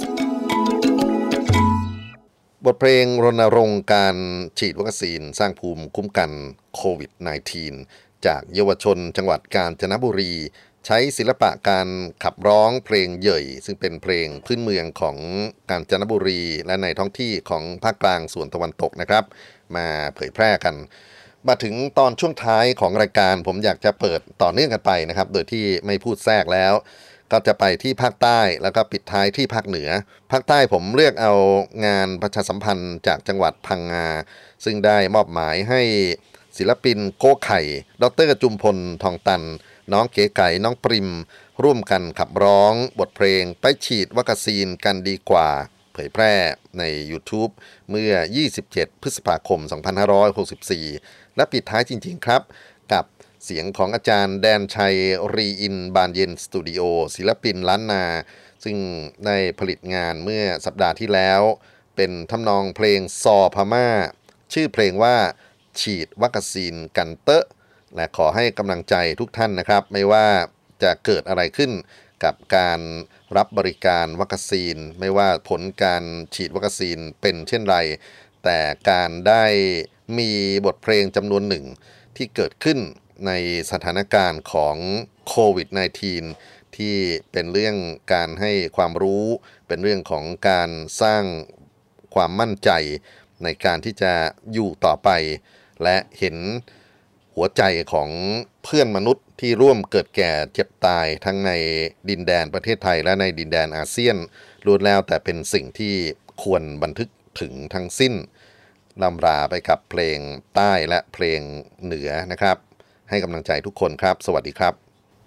Speaker 3: บทเพลงรณรงค์การฉีดวัคซีนสร้างภูมิคุ้มกันโควิด สิบเก้า จากเยาวชนจังหวัดกาญจนบุรีใช้ศิลปะการขับร้องเพลงเหย่ยซึ่งเป็นเพลงพื้นเมืองของกาญจนบุรีและในท้องที่ของภาคกลางส่วนตะวันตกนะครับมาเผยแพร่กันมาถึงตอนช่วงท้ายของรายการผมอยากจะเปิดต่อเนื่องกันไปนะครับโดยที่ไม่พูดแทรกแล้วก็จะไปที่ภาคใต้แล้วก็ปิดท้ายที่ภาคเหนือภาคใต้ผมเลือกเอางานประชาสัมพันธ์จากจังหวัดพังงาซึ่งได้มอบหมายให้ศิลปินโก้ไข่ดร.จุมพลทองตันน้องเก๋ไก่น้องปริมร่วมกันขับร้องบทเพลงไปฉีดวัคซีนกันดีกว่าเผยแพร่ใน YouTube เมื่อยี่สิบเจ็ดพฤษภาคมสองพันห้าร้อยหกสิบสี่และปิดท้ายจริงๆครับกับเสียงของอาจารย์แดนชัยรีอินบานเย็นสตูดิโอศิลปินล้านนาซึ่งได้ผลิตงานเมื่อสัปดาห์ที่แล้วเป็นทำนองเพลงซอพม่าชื่อเพลงว่าฉีดวัคซีนกันเตอะและขอให้กำลังใจทุกท่านนะครับไม่ว่าจะเกิดอะไรขึ้นกับการรับบริการวัคซีนไม่ว่าผลการฉีดวัคซีนเป็นเช่นไรแต่การได้มีบทเพลงจำนวนหนึ่งที่เกิดขึ้นในสถานการณ์ของโควิด สิบเก้า ที่เป็นเรื่องการให้ความรู้เป็นเรื่องของการสร้างความมั่นใจในการที่จะอยู่ต่อไปและเห็นหัวใจของเพื่อนมนุษย์ที่ร่วมเกิดแก่เจ็บตายทั้งในดินแดนประเทศไทยและในดินแดนอาเซียนล้วนแล้วแต่เป็นสิ่งที่ควรบันทึกถึงทั้งสิ้นลำลาไปกับเพลงใต้และเพลงเหนือนะครับให้กำลังใจทุกคนครับสวัสดีครับ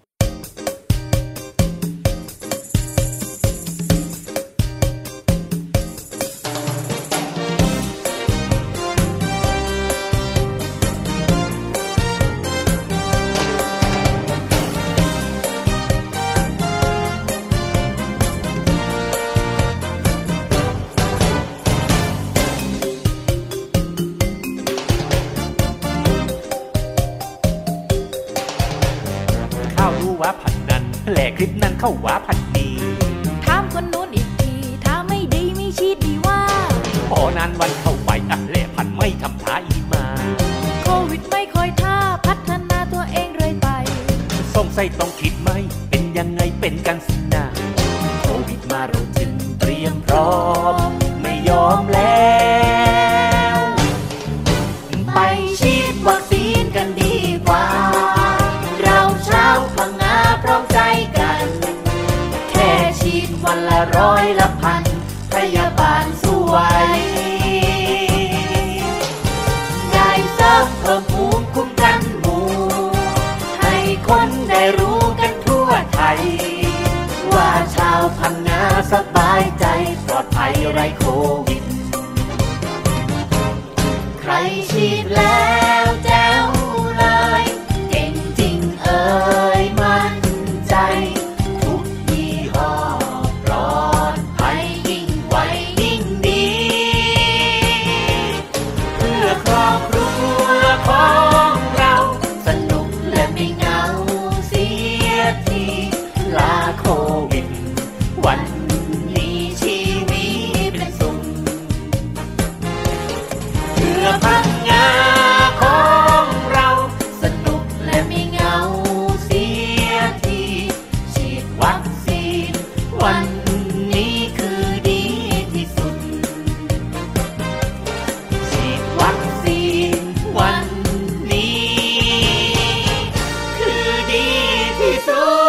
Speaker 10: แหล่คลิปนั้นเข้าว่าพันดี
Speaker 11: ถามคนนู้นอีกทีถ้าไม่ดีไม่ชีดดีว่า
Speaker 10: พอนานวันเข้าไปอ่ะแหล่พันไม่ทำท่าอีมา
Speaker 11: โควิดไม่คอยท่าพัฒนาตัวเองเรื่อยไป
Speaker 10: สงสัยต้องคิดไหมเป็นยังไงเป็นกันสินะโควิดมาเราจึงเตรียมพร้อมไม่ยอมแล้วไปฉีดวัคซีนกันดีกว่าละร้อยละพันพยาบาลสวยได้เสริมเพิ่มภูมิคุ้มกันหมู่ให้คนได้รู้กันทั่วไทยว่าชาวพังงาสบายใจปลอดภัยไร้โควิดใครฉีดแล้วแจ๋วเลยเก่งจริงเอ่ยมั่นใจทุกยี่ห้อปลอดภัยยิ่งไวยิ่งดีเพื่อครอบครัวของเราสนุกและไม่เหงาเสียทีลาโควิดวันนี้ชีวิตเป็นสุขเพื่อพังงาของเราสนุกและไม่เหงาเสียทีฉีดวัคซีนวันนี้คือดีที่สุดฉีดวัคซีนวันนี้คือดีที่สุด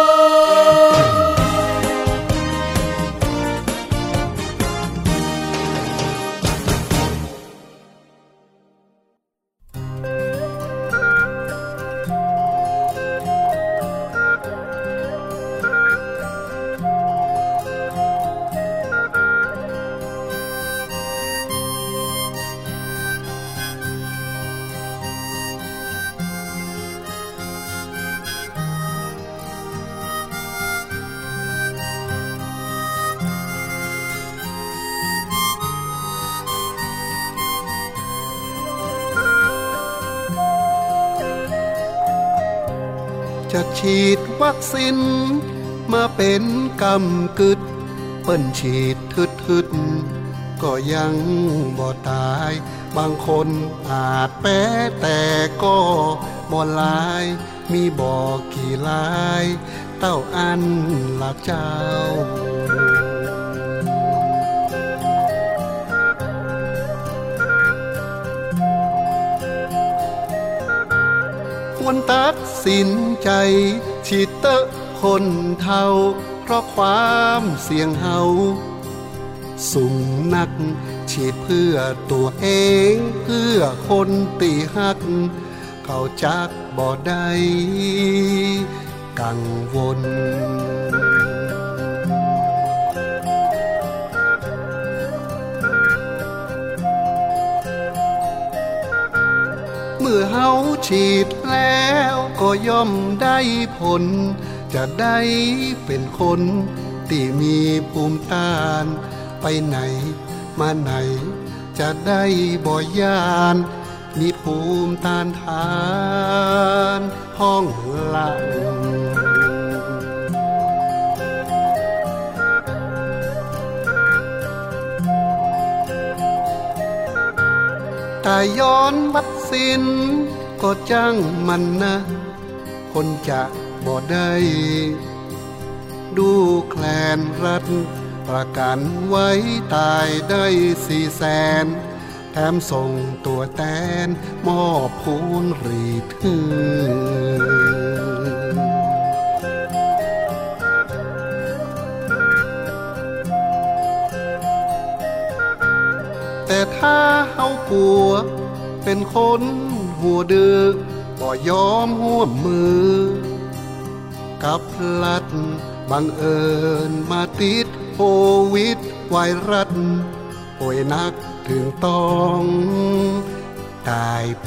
Speaker 12: จะฉีดวัคซีนมาเป็นกำกึดเปิ้นฉีดทึดทึดก็ยังบ่ตายบางคนอาจแพ้แต่ก็บ่ลายมีบ่กี่ลายเต้าอันละเจ้าควรตัดสินใจฉีดเตอะคนเฒ่าเพราะความเสี่ยงเฮาสูงนักฉีดเพื่อตัวเองเพื่อคนตีหักเขาจักบ่ได้กังวลเมื่อเฮาฉีดแล้วก็ย่อมได้ผลจะได้เป็นคนที่มีภูมิต้านไปไหนมาไหนจะได้บ่ย่านมีภูมิต้านทานห้องหลังแต่ย้อนวัคซีนก็จังมันนะคนจะบ่ได้ดูแคลนรัฐประกันไว้ตายได้สี่แสนแถมส่งตัวแทนมอบพูนรีถือแต่ถ้าเฮากลัวเป็นคนหัวดื้อบ่ยอมร่วมมือกับรัฐบังเอิญมาติดโควิดไวรัสป่วยหนักถึงต้องตายไป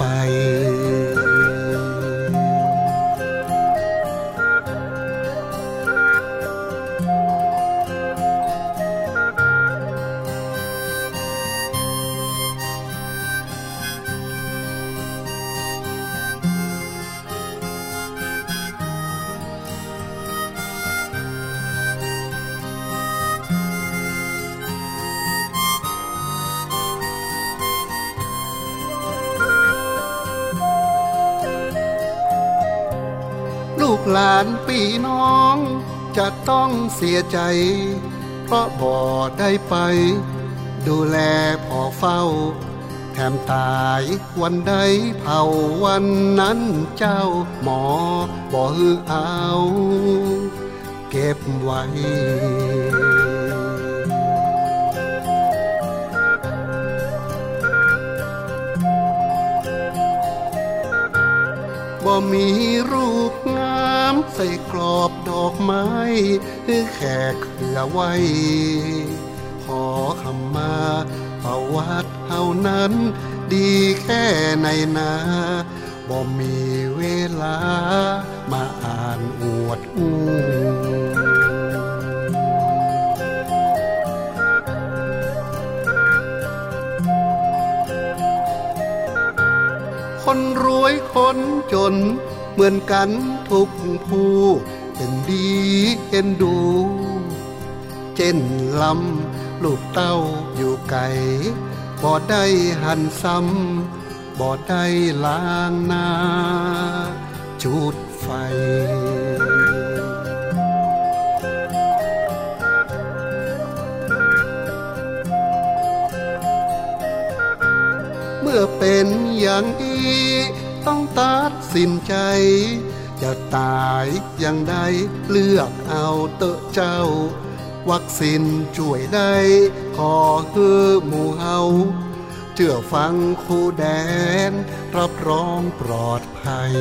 Speaker 12: ลูกหลานพี่น้องจะต้องเสียใจเพราะบ่ได้ไปดูแลพ่อเฝ้าแถมตายวันใดเผาวันนั้นเจ้าหมอบ่ฮือเอาเก็บไว้มีรูปงามใส่กรอบดอกไม้แขกเขือไว้ขอคำมาประวัติเฮานั้นดีแค่ไหนนาบ่มีเวลามาอ่านอวดอู้คนรวยคนจนเหมือนกันทุกผู้เป็นดีเอ็นดูเจนลำลูกเต้าอยู่ไกลบ่ได้หันซ้ำบ่ได้ล้างหน้าจุดไฟเมื่อเป็นอย่างนี้ต้องตัดสินใจจะตายอย่างใดเลือกเอาเตอะเจ้าวัคซีนช่วยได้ขอคือหมู่เฮาเชื่อฟังครูแดนรับรองปลอดภัย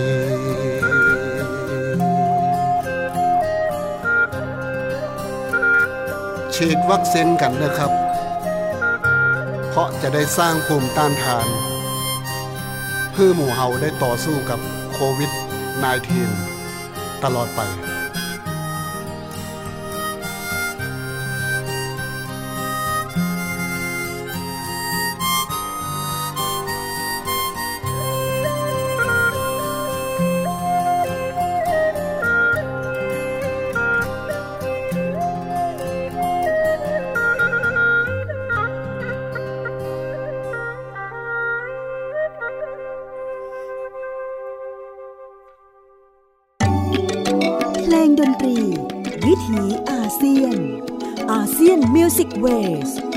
Speaker 12: ฉีดวัคซีนกันนะครับเพราะจะได้สร้างภูมิต้านทานเพื่อหมู่เฮาได้ต่อสู้กับโควิด สิบเก้า ตลอดไป
Speaker 1: ดนตรีวิถีอาเซียนอาเซียนมิวสิกเวส